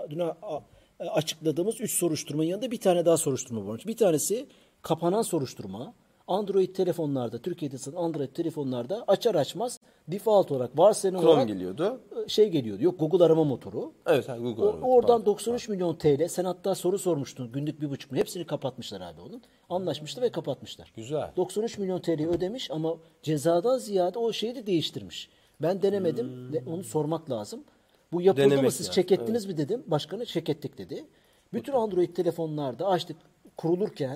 açıkladığımız 3 soruşturmanın yanında bir tane daha soruşturma varmış. Bir tanesi kapanan soruşturma. Android telefonlarda, Türkiye'de satılan Android telefonlarda açar açmaz default olarak varsayılan Chrome olarak geliyordu. şey geliyordu. Yok, Google arama motoru. Evet, Google. Oradan Pardon. 93 milyon TL. Sen hatta soru sormuştun. Günlük 1,5 milyon. Hepsini kapatmışlar abi onun. Anlaşmıştı ve kapatmışlar. Güzel. 93 milyon TL ödemiş ama cezadan ziyade o şeyi de değiştirmiş. Ben denemedim. Onu sormak lazım. Bu yapıldı Denemek mı, siz lazım, check ettiniz mi dedim. Başkanı check ettik dedi. Bütün Android telefonlarda açtık kurulurken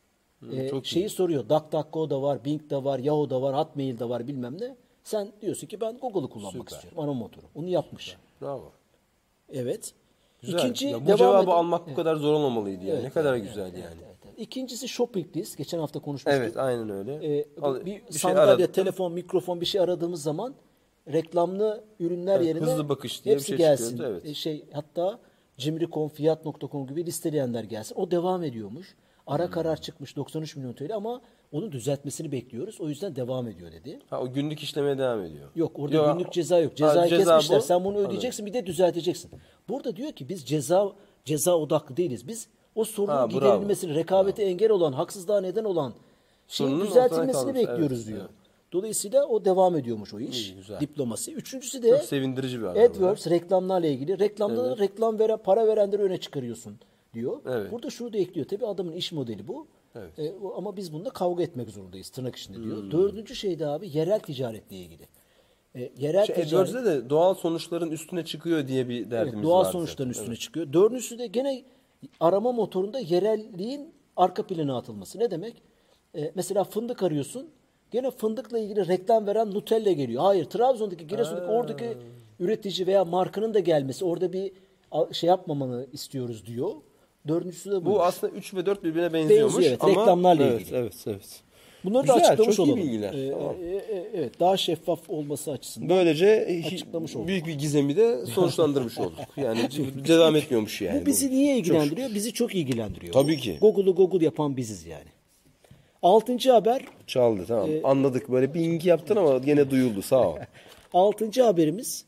çok şeyi soruyor. DuckDuckGo'da var, Bing'de var, Yahoo'da var, Hotmail'de var bilmem ne. Sen diyorsun ki ben Google'ı kullanmak istiyorum. Arama motoru. Onu yapmış. Bravo. Evet. Güzel. İkinci Ya bu devam cevabı eden- almak bu kadar zor olmamalıydı yani. Evet, Ne kadar evet, güzel evet, yani. evet. İkincisi shopping list. Geçen hafta konuşmuştuk. Evet, aynen öyle. Bir şey sandalye, aradım. telefon, mikrofon bir şey aradığımız zaman reklamlı ürünler Evet, yerine hızlı bakış diye bir hepsi şey gelsin. çıkıyordu, evet. Hatta Cimri.com, Fiyat.com gibi listeleyenler gelsin. O devam ediyormuş. Ara karar çıkmış 93 milyon TL ama onun düzeltmesini bekliyoruz. O yüzden devam ediyor dedi. Ha, o günlük işlemeye devam ediyor. Yok, orada günlük ceza yok. Cezayı ceza kesmişler. bu. Sen bunu ödeyeceksin, bir de düzelteceksin. Burada diyor ki biz ceza odaklı değiliz. Biz o sorunun Ha, bravo. giderilmesini, rekabete engel olan, haksızlığa neden olan şeyin Sorunun düzeltilmesini ortadan bekliyoruz kalması, diyor. evet. Dolayısıyla o devam ediyormuş o iş. İyi, güzel. Diplomasi. Üçüncüsü de Çok sevindirici bir haber. AdWords, reklamlarla ilgili. Reklamda da reklam veren, para verenleri öne çıkarıyorsun diyor. Evet. Burada şunu da ekliyor. Tabii adamın iş modeli bu. Evet. Ama biz bununla kavga etmek zorundayız tırnak içinde diyor. Dördüncü şey de abi yerel ticaretle ilgili. Yerel ticaret, AdWords'de de doğal sonuçların üstüne çıkıyor diye bir derdimiz evet, doğal var sonuçların zaten. üstüne çıkıyor. Dördüncüsü de gene arama motorunda yerelliğin arka plana atılması. Ne demek? Mesela fındık arıyorsun. Gene fındıkla ilgili reklam veren Nutella geliyor. Hayır, Trabzon'daki, Giresun'daki oradaki üretici veya markanın da gelmesi. Orada bir şey yapmamanı istiyoruz diyor. Dördüncüsü de bu. Bu aslında 3 ve 4 birbirine benziyormuş. Benziyor, evet, ama reklamlarla evet, ilgili. Evet. Bunları da Güzel, açıklamış çok iyi olalım. bilgiler. Tamam. Evet, daha şeffaf olması açısından. Böylece Açıklamış olduk. büyük bir gizemi de sonuçlandırmış olduk. Yani devam etmiyormuş yani. Bu bizi niye ilgilendiriyor? Bizi çok ilgilendiriyor. Tabii ki. Google'u Google yapan biziz yani. Altıncı haber. Çaldı, tamam. Anladık, böyle bir inki yaptın ama gene duyuldu, sağ ol. Altıncı haberimiz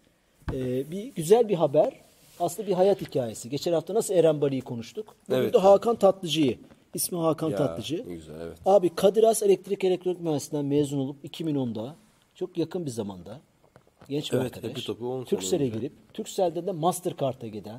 güzel bir haber. Aslında bir hayat hikayesi. Geçen hafta nasıl Eren Bali'yi konuştuk. Bugün Evet. de Hakan Tatlıcı'yı. İsmi Hakan Ya, Tatlıcı. ne güzel, evet. Abi Kadir Has Elektrik Elektronik Mühendisliğinden mezun olup 2010'da çok yakın bir zamanda genç bir Evet, arkadaş. Happy Top'u 10 sene Turkcell'e önce. girip Turkcell'de de Mastercard'a giden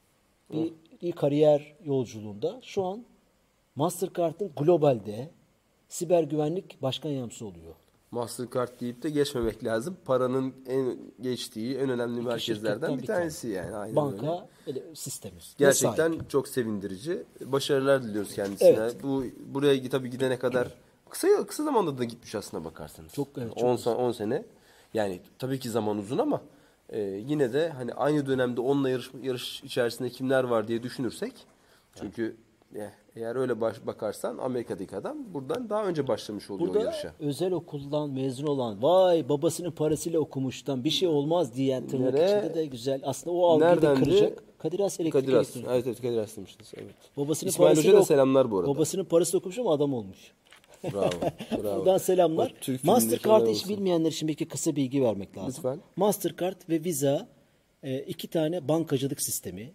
bir kariyer yolculuğunda şu an Mastercard'ın globalde siber güvenlik başkan yardımcısı oluyor. Mastercard deyip de geçmemek lazım. Paranın en geçtiği en önemli merkezlerden şirketten bir bir tanesi yani. Aynen öyle. Banka sistemi. Gerçekten çok sevindirici. Başarılar diliyoruz kendisine. Evet. Buraya tabii gidene kadar kısa zamanda da gitmiş aslına bakarsanız. Çok, evet, çok 10 sene. Yani tabii ki zaman uzun ama yine de hani aynı dönemde onunla yarış içerisinde kimler var diye düşünürsek. Çünkü eğer öyle bakarsan Amerika'daki adam buradan daha önce başlamış oluyor o Burada yarışa. özel okuldan mezun olan, vay babasının parasıyla okumuştan bir şey olmaz diyen tırnak Nereye? içinde de güzel. Aslında o algıyı da Neredendi? kıracak. Kadir Has Elektrik Kadir Has. Elektronik. Evet, Kadir Has demiştiniz. Evet. Babasının İsmail Hoca parasıyla da selamlar bu arada. Babasının parasıyla okumuş ama adam olmuş. Bravo. Buradan selamlar. O Türk filmindeki Mastercard olay hiç olsun. bilmeyenler için belki kısa bilgi vermek lazım. Lütfen. Mastercard ve Visa iki tane bankacılık sistemi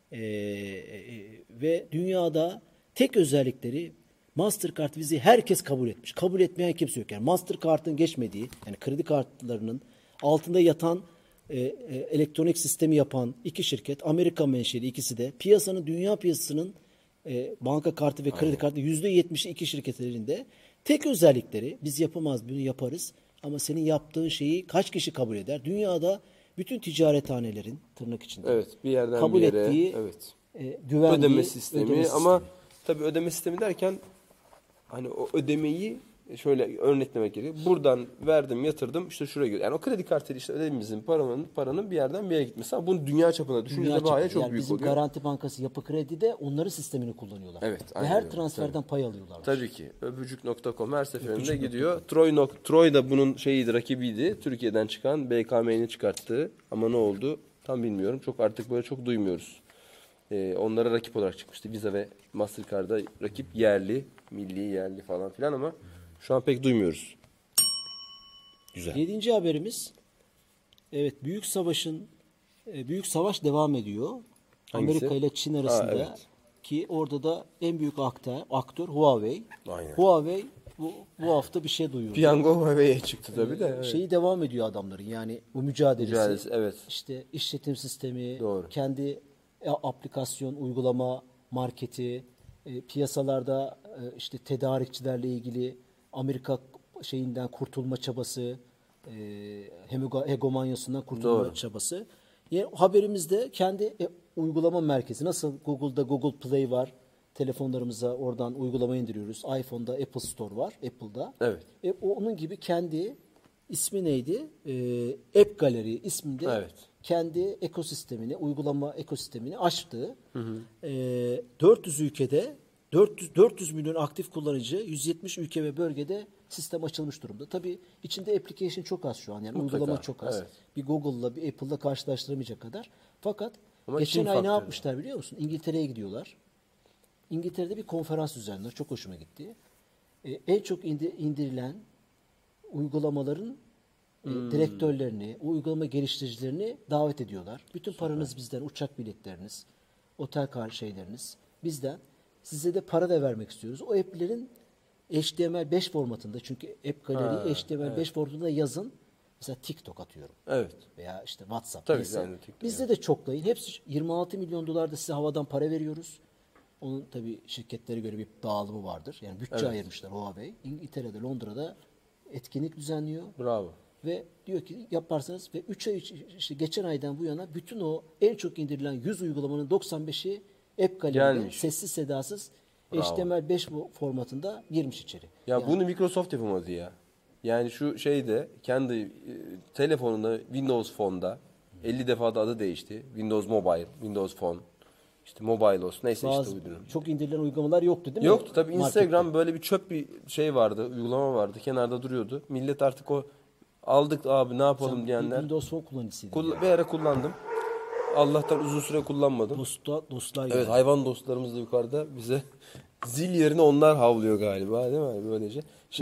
ve dünyada tek özellikleri Mastercard Visa'yı herkes kabul etmiş. Kabul etmeyen kimse yok. Yani Mastercard'ın geçmediği, yani kredi kartlarının altında yatan elektronik sistemi yapan iki şirket, Amerika menşeli ikisi de dünya piyasasının banka kartı ve kredi kartı %70'i iki şirketin elinde. Tek özellikleri biz yapamaz bunu yaparız ama senin yaptığın şeyi kaç kişi kabul eder? Dünyada bütün ticarethanelerin tırnak içinde Evet, bir yerden kabul bir yere, ettiği evet. güvenliği, Ödeme sistemi ama tabii ödeme sistemi derken hani o ödemeyi şöyle örneklemek gerekiyor. Buradan verdim, yatırdım, işte şuraya gidiyor. Yani o kredi kartıyla işte ödememizin paranın bir yerden bir yere gitmesi ama bunu dünya çapında düşününce dünya de bayağı çapında. çok Yani büyük bizim oluyor. Garanti Bankası, Yapı Kredi'de onların sistemini kullanıyorlar. Evet, Ve aynen her öyle. transferden pay alıyorlar. Tabii ki. Öpücük.com her seferinde gidiyor. Troy da bunun şeyiydi, rakibiydi. Türkiye'den çıkan BKM'nin çıkarttığı ama ne oldu? Tam bilmiyorum. Çok artık böyle çok duymuyoruz. Onlara rakip olarak çıkmıştı. Visa ve Mastercard'a rakip yerli, milli, yerli falan filan ama şu an pek duymuyoruz. Güzel. 7. haberimiz. Evet, büyük savaş devam ediyor. Hangisi? Amerika ile Çin arasında evet. ki orada da en büyük aktör Huawei. Aynen. Huawei bu hafta bir şey duyurdu. Piyango Huawei'ye çıktı tabii de. Evet. Şeyi devam ediyor adamların, yani bu mücadelesi. Evet. İşte işletim sistemi, Doğru. kendi aplikasyon, uygulama, marketi, piyasalarda işte tedarikçilerle ilgili Amerika şeyinden kurtulma çabası, hegemonyasından kurtulma Doğru. çabası. Yine haberimizde kendi uygulama merkezi, nasıl Google'da Google Play var. Telefonlarımıza oradan uygulama indiriyoruz. iPhone'da Apple Store var, Apple'da. Evet. Onun gibi kendi ismi neydi? App Gallery isminde Evet. kendi ekosistemini, uygulama ekosistemini açtı. 400 ülkede 400 milyon aktif kullanıcı, 170 ülke ve bölgede sistem açılmış durumda. Tabii içinde application çok az şu an. Yani Mutlaka, uygulama çok az. evet. Bir Google'la bir Apple'la karşılaştıramayacak kadar. Fakat Ama geçen Çin ay ne faktörü. yapmışlar biliyor musun? İngiltere'ye gidiyorlar. İngiltere'de bir konferans düzenliyorlar. Çok hoşuma gitti. En çok indirilen uygulamaların direktörlerini, o uygulama geliştiricilerini davet ediyorlar. Bütün paranız bizden, uçak biletleriniz, otel şeyleriniz bizden. Size de para da vermek istiyoruz. O app'lerin HTML5 formatında, çünkü App Gallery HTML5 formatında yazın. Mesela TikTok atıyorum. Evet. Veya işte WhatsApp. Tabii, neyse. yani TikTok, Bizde de çoklayın. Hepsi 26 milyon dolar da size havadan para veriyoruz. Onun tabii şirketlere göre bir dağılımı vardır. Yani bütçe ayırmışlar Huawei. İngiltere'de, Londra'da etkinlik düzenliyor. Bravo. Ve diyor ki yaparsanız, ve 3 ay işte geçen aydan bu yana bütün o en çok indirilen 100 uygulamanın 95'i App Gallery'de Gelmiş. sessiz sedasız Bravo. HTML5 formatında girmiş içeri. Ya Yani bunu Microsoft yapamadı ya. Yani şu şeyde kendi telefonunda Windows Phone'da 50 defa da adı değişti. Windows Mobile, Windows Phone, işte Mobile olsun neyse bazı işte uydurun. çok indirilen uygulamalar yoktu değil mi? Yoktu tabii, Markette. Instagram böyle bir çöp bir şey vardı, uygulama vardı, kenarda duruyordu. Millet artık o aldık abi ne yapalım Sen diyenler. Windows Phone kullanıcısıydın. Bir ara kullandım. Allah'tan uzun süre kullanmadım. Dostlar Evet, hayvan dostlarımız da yukarıda bize zil yerine onlar havlıyor galiba değil mi? Böylece.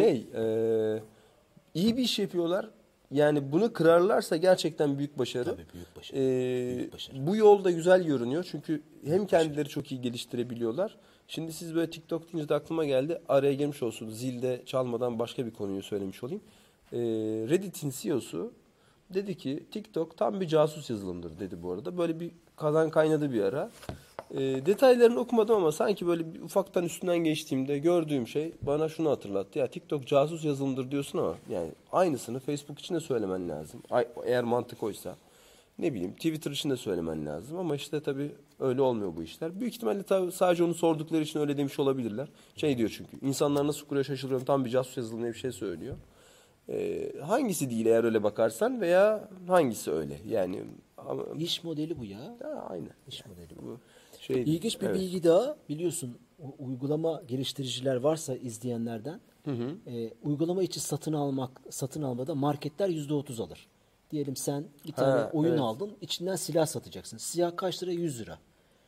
İyi bir iş yapıyorlar. Yani bunu kırarlarsa gerçekten büyük başarı. Tabii büyük başarı. Büyük başarı. Bu yolda güzel görünüyor. Çünkü hem kendileri çok iyi geliştirebiliyorlar. Şimdi siz böyle TikTok deyince de aklıma geldi. Araya girmiş olsun. Zilde çalmadan başka bir konuyu söylemiş olayım. Reddit'in CEO'su dedi ki TikTok tam bir casus yazılımdır dedi bu arada. Böyle bir kazan kaynadı bir ara. Detaylarını okumadım ama sanki böyle bir ufaktan üstünden geçtiğimde gördüğüm şey bana şunu hatırlattı. Ya TikTok casus yazılımdır diyorsun ama yani aynısını Facebook için de söylemen lazım. Eğer mantık oysa. Ne bileyim Twitter için de söylemen lazım ama işte tabii öyle olmuyor bu işler. Büyük ihtimalle tabii sadece onu sordukları için öyle demiş olabilirler. Şey diyor çünkü insanlar nasıl kuruyor şaşırıyorum, tam bir casus yazılımı diye bir şey söylüyor. Hangisi değil eğer öyle bakarsan veya hangisi öyle yani ama, İş modeli bu ya. aynı. İş modeli bu. Bu şey, İlginç bir evet. bilgi daha, biliyorsun uygulama geliştiriciler varsa izleyenlerden, uygulama içi satın almada marketler %30 alır. Diyelim sen bir tane oyun evet. aldın, içinden silah satacaksın. Silah kaç lira? 100 lira.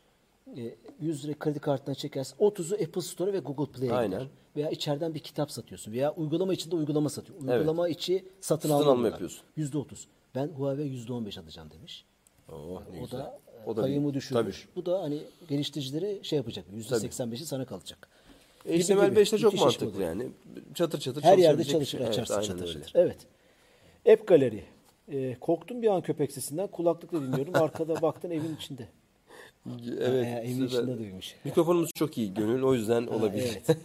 100 lira kredi kartına çekersin. 30'u Apple Store ve Google Play'e Aynen. gider. Veya içeriden bir kitap satıyorsun. Veya uygulama içinde uygulama satıyor. Evet. Uygulama içi satın Satın alma alma yapıyorlar. yapıyorsun. %30. Ben Huawei %15 alacağım demiş. Ne O güzel. da O da payımı bir- düşürmüş. Bu da hani geliştiricileri şey yapacak. %85'i sana kalacak. HTML5'te çok İki şiş mantıklı modeli. yani. Çatır çatır Her yerde çalışabilecek bir çalışır, şey. açarsın Evet, çatır aynen öyle. çatır. Evet. App Gallery. Korktum bir an köpek sesinden. Kulaklıkla dinliyorum. Arkada baktın evin içinde. Evet. Evin süper. içinde duymuş. Mikrofonumuz çok iyi Gönül, o yüzden olabilir. Evet.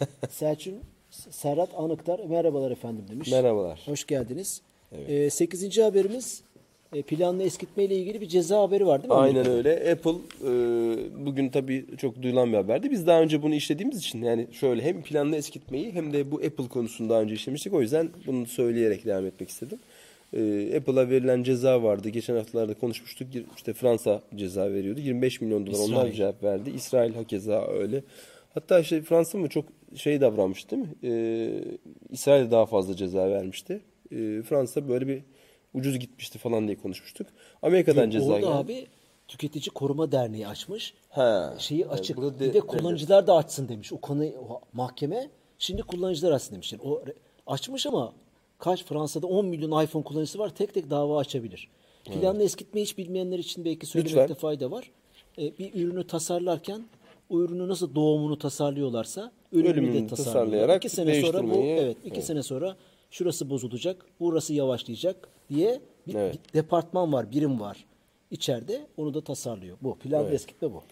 Serhat Anıktar merhabalar efendim demiş. Merhabalar. Hoş geldiniz. 8. haberimiz planlı eskitme ile ilgili bir ceza haberi var değil mi? Aynen öyle. Apple bugün tabii çok duyulan bir haberdi. Biz daha önce bunu işlediğimiz için yani şöyle hem planlı eskitmeyi hem de bu Apple konusunu daha önce işlemiştik. O yüzden bunu söyleyerek devam etmek istedim. Apple'a verilen ceza vardı. Geçen haftalarda konuşmuştuk. İşte Fransa ceza veriyordu. 25 milyon dolar onlar İsrail. cevap verdi. İsrail hakeza öyle. Hatta işte Fransa mı çok şey davranmıştı değil mi? İsrail daha fazla ceza vermişti. Fransa böyle bir ucuz gitmişti falan diye konuşmuştuk. Amerika'dan ceza Orada geldi. abi Tüketici Koruma Derneği açmış. Ha. Şeyi Evet, açık. burada Bir de kullanıcılar da açsın demiş. O konuyu mahkeme şimdi kullanıcılar açsın demiş. Yani açmış ama Fransa'da 10 milyon iPhone kullanıcısı var. Tek tek dava açabilir. Planlı eskitmeyi hiç bilmeyenler için belki söylemekte Lütfen. fayda var. Bir ürünü tasarlarken o ürünü nasıl doğumunu tasarlıyorlarsa ölümünü de Ölümünü tasarlıyorlar. tasarlayarak 2 sene sonra bu değiştirmeyi- 2 sene sonra şurası bozulacak, burası yavaşlayacak diye bir Evet. departman var, birim var içeride. Onu da tasarlıyor. Bu planlı eskitme bu.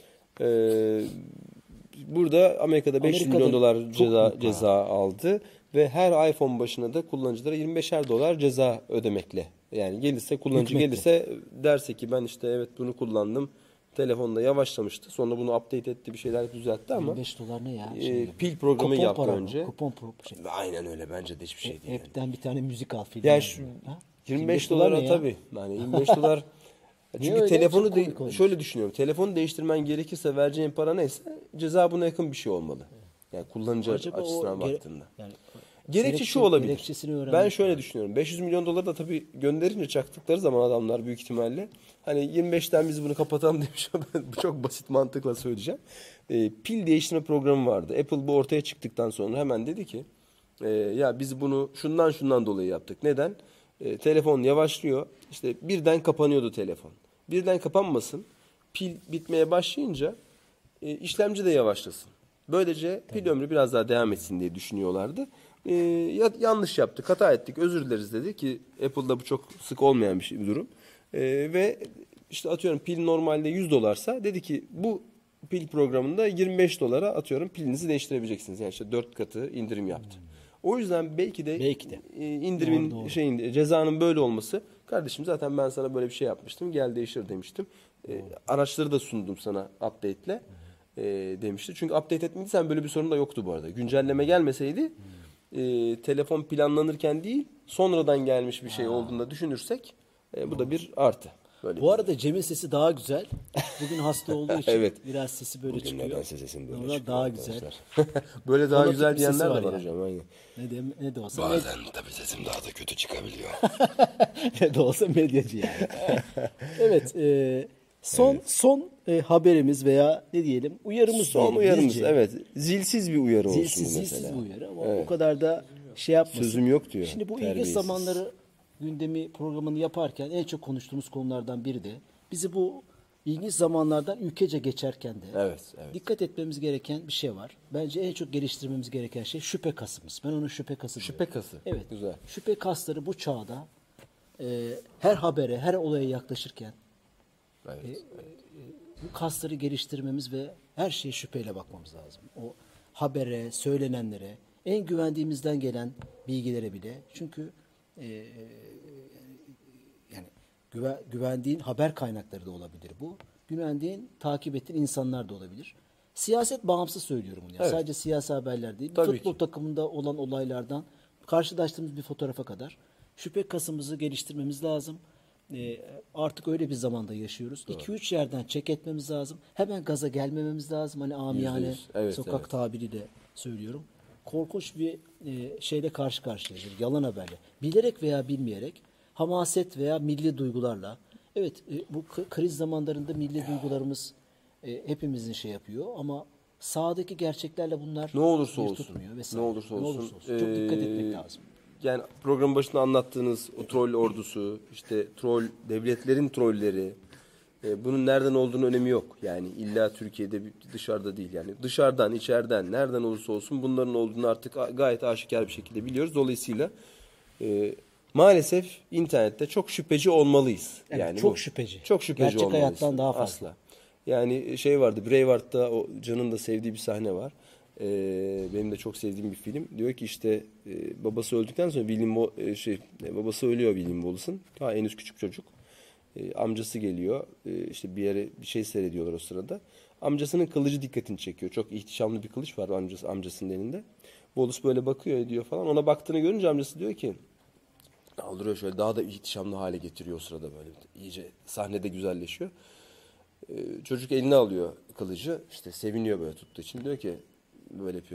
Burada Amerika'da 500 milyon Amerika'da dolar çok büyük para. ceza aldı ve her iPhone başına da kullanıcılara 25'er dolar ceza ödemekle. Yani gelirse kullanıcı Hükmetle. gelirse derse ki ben işte evet bunu kullandım. Telefonda yavaşlamıştı. Sonra bunu update etti, bir şeyler düzeltti ama 25 dolar ne ya? pil programı Kupon yaptı para bu, önce. Kupon şey. Aynen öyle, bence de hiçbir şey değil. Yani. App'ten bir tane müzik al film. Ya şu 25 dolara ne ya? tabii. Yani 25 dolar. Niye Çünkü öyle? telefonu Çok komik olmuş. şöyle düşünüyorum. Telefonu değiştirmen gerekirse vereceğin para neyse ceza buna yakın bir şey olmalı. Yani kullanıcı Acaba açısından o baktığında. yani Gerekçe şu olabilir. gerekçesini öğrenmek Ben şöyle düşünüyorum. 500 milyon doları da tabii gönderince çaktıkları zaman adamlar büyük ihtimalle hani 25'ten biz bunu kapatalım demiş. Bu çok basit mantıkla söyleyeceğim. Pil değiştirme programı vardı. Apple bu ortaya çıktıktan sonra hemen dedi ki ya biz bunu şundan dolayı yaptık. Neden? Telefon yavaşlıyor. İşte birden kapanıyordu telefon. Birden kapanmasın. Pil bitmeye başlayınca işlemci de yavaşlasın. Böylece pil ömrü biraz daha devam etsin diye düşünüyorlardı. Yanlış yaptık, hata ettik, özür dileriz dedi ki Apple'da bu çok sık olmayan bir durum. Ve işte atıyorum pil normalde 100 dolarsa dedi ki bu pil programında 25 dolara atıyorum pilinizi değiştirebileceksiniz. Yani işte 4 katı indirim yaptı. O yüzden belki de indirimin Doğru. cezanın böyle olması, kardeşim zaten ben sana böyle bir şey yapmıştım, gel değiştir demiştim. Araçları da sundum sana update'le demişti. Çünkü update etmediysen böyle bir sorun da yoktu bu arada. Güncelleme gelmeseydi telefon planlanırken değil sonradan gelmiş bir şey olduğunda düşünürsek bu da bir artı. Böyle Bu arada Cem'in sesi daha güzel. Bugün hasta olduğu için Evet. biraz sesi böyle Bugün çıkıyor. nedense sesim böyle Normal çıkıyor daha arkadaşlar. güzel. Böyle daha Fanatik güzel bir sesi diyenler de var var yani. hocam. Aynen. Ne de olsa Bazen tabii sesim daha da kötü çıkabiliyor. ne de olsa medyacı yani. Evet, son haberimiz veya ne diyelim uyarımız Son diyelim, uyarımız bizce. evet. Zilsiz bir uyarı olsun bu Zilsiz mesela. bir uyarı ama Evet. o kadar da şey yapmasın. Sözüm yok diyor. Şimdi bu ilginç Terbiyesiz. zamanları gündemi programını yaparken en çok konuştuğumuz konulardan biri de bizi bu ilginç zamanlardan ülkece geçerken de Evet. dikkat etmemiz gereken bir şey var. Bence en çok geliştirmemiz gereken şey şüphe kasımız. Ben onu şüphe kası diyorum. Şüphe kası. Evet. Güzel. Şüphe kasları bu çağda her habere, her olaya yaklaşırken Evet. bu kasları geliştirmemiz ve her şeye şüpheyle bakmamız lazım. O habere, söylenenlere, en güvendiğimizden gelen bilgilere bile. Çünkü yani güvendiğin haber kaynakları da olabilir bu. Güvendiğin, takip ettiğin insanlar da olabilir. Siyaset bağımsız söylüyorum bunu. Evet. Sadece siyasi haberler değil. Tabii Futbol ki. takımında olan olaylardan karşılaştığımız bir fotoğrafa kadar şüphe kasımızı geliştirmemiz lazım. Artık öyle bir zamanda yaşıyoruz. 2-3 yerden çek etmemiz lazım. Hemen gaza gelmememiz lazım. Hani amiyane %100. Evet, sokak evet. tabiriyle söylüyorum. Korkunç bir şeyle karşı karşıyayız. Yalan haberle. Bilerek veya bilmeyerek hamaset veya milli duygularla. Evet, bu kriz zamanlarında milli duygularımız hepimizin şey yapıyor ama sahadaki gerçeklerle bunlar Ne olursa bir olsun. tutmuyor vesaire. Ne olursa olsun. Çok dikkat etmek lazım. Yani program başında anlattığınız o troll ordusu, işte troll, devletlerin trolleri, bunun nereden olduğunu önemi yok. Yani illa Türkiye'de dışarıda değil. Yani dışarıdan, içeriden, nereden olursa olsun bunların olduğunu artık gayet aşikar bir şekilde biliyoruz. Dolayısıyla maalesef internette çok şüpheci olmalıyız. Evet, yani çok bu. şüpheci. Çok şüpheci Gerçek olmalıyız. hayattan daha fazla. Asla. Yani şey vardı, Braveheart'ta o Can'ın da sevdiği bir sahne var. Benim de çok sevdiğim bir film. Diyor ki işte babası öldükten sonra babası ölüyor William Wallace'ın. Daha henüz küçük çocuk. Amcası geliyor. İşte bir yere bir şey seyrediyorlar o sırada. Amcasının kılıcı dikkatini çekiyor. Çok ihtişamlı bir kılıç var amcasının elinde. Wallace böyle bakıyor ediyor falan. Ona baktığını görünce amcası diyor ki aldırıyor şöyle, daha da ihtişamlı hale getiriyor o sırada böyle. İyice sahnede güzelleşiyor. Çocuk eline alıyor kılıcı. İşte seviniyor böyle tuttuğu için. Diyor ki böyle yapıyor.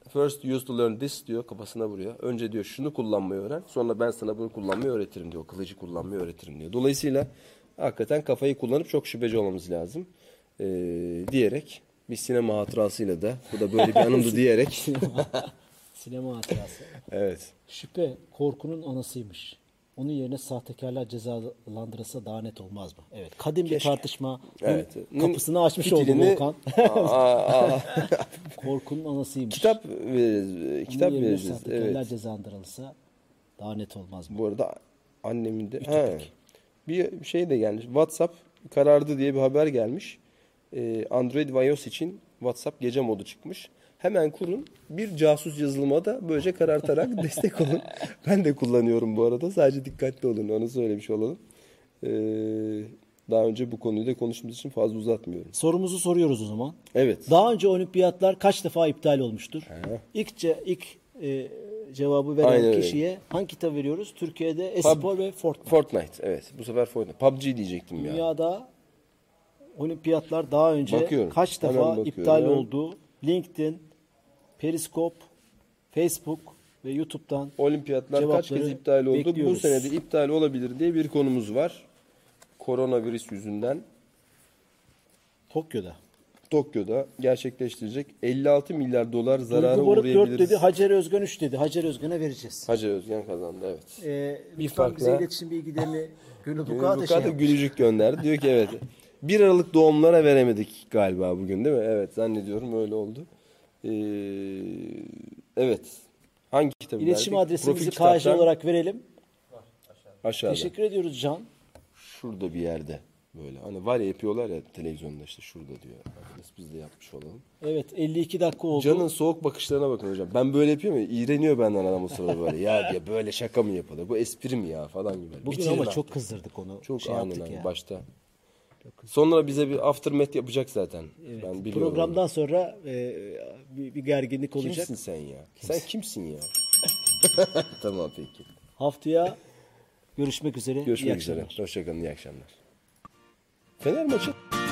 First you used to learn this diyor, kafasına vuruyor. Önce diyor şunu kullanmayı öğren. Sonra ben sana bunu kullanmayı öğretirim diyor. Kılıcı kullanmayı öğretirim diyor. Dolayısıyla hakikaten kafayı kullanıp çok şüpheci olmamız lazım. Diyerek bir sinema hatırasıyla da bu da böyle bir anımdı diyerek. Sinema hatırası. Evet. Şüphe korkunun anasıymış. Onun yerine sahtekarlar cezalandırılsa daha net olmaz mı? Evet. Kadim bir tartışma. Evet. Kapısını açmış oldu Fitilini- Volkan. Aa, Korkunun anasıymış. kitap veririz. Kitap Onun yerine vereceğiz. sahtekarlar Evet. cezalandırılsa daha net olmaz mı? Bu arada annemin de bir şey de gelmiş. WhatsApp karardı diye bir haber gelmiş. Android ve iOS için WhatsApp gece modu çıkmış. Hemen kurun. Bir casus yazılıma da böylece karartarak destek olun. Ben de kullanıyorum bu arada. Sadece dikkatli olun. Onu söylemiş olalım. Daha önce bu konuyu da konuştuğumuz için fazla uzatmıyorum. Sorumuzu soruyoruz o zaman. Evet. Daha önce olimpiyatlar kaç defa iptal olmuştur? İlk cevabı veren Aynen öyle. kişiye hangi kitabı veriyoruz? Türkiye'de Espor ve Fortnite. Fortnite. Evet. Bu sefer Fortnite. PUBG diyecektim ya. Dünyada olimpiyatlar daha önce Bakıyorum. kaç Hemen defa bakıyorum. iptal oldu? LinkedIn, Periscope, Facebook ve YouTube'dan Olimpiyatlar kaç kez cevapları iptal oldu? Bu bekliyoruz. sene de iptal olabilir diye bir konumuz var. Koronavirüs yüzünden Tokyo'da gerçekleştirecek 56 milyar dolar zarara Duygu Barut 4 uğrayabiliriz. dedi, Hacer Özgen 3 dedi. Hacer Özgen'e vereceğiz. Hacer Özgen kazandı, evet. Bir farkla- bize iletişim bilgilerini Gönül Gönül Buka da Buka şey da yapmış. gülücük gönderdi. Diyor ki evet. 1 Aralık doğumlara veremedik galiba bugün, değil mi? Evet, zannediyorum öyle oldu. Evet. Hangi kitabı İletişim verdik? adresimizi Profil KJ kitaptan olarak verelim. aşağıda. Teşekkür ediyoruz Can. Şurada bir yerde. Böyle hani var ya, yapıyorlar ya televizyonda, işte şurada diyor. Biz de yapmış olalım. Evet 52 dakika oldu. Can'ın soğuk bakışlarına bakın hocam. Ben böyle yapıyorum ya, iğreniyor benden adam o sırada böyle. Ya diye, böyle şaka mı yapılır? Bu espri mi ya falan gibi. Bugün Bitirin ama artık. çok kızdırdık onu. Çok şey aynen yaptık abi, ya. başta. Sonra bize bir aftermath yapacak zaten. Evet, Ben biliyorum. programdan sonra bir gerginlik olacak. Kimsin sen ya? Sen kimsin ya? Tamam peki. Haftaya görüşmek üzere. İyi Görüşmek akşamlar. üzere. Hoşçakalın, iyi akşamlar. Fener maçı.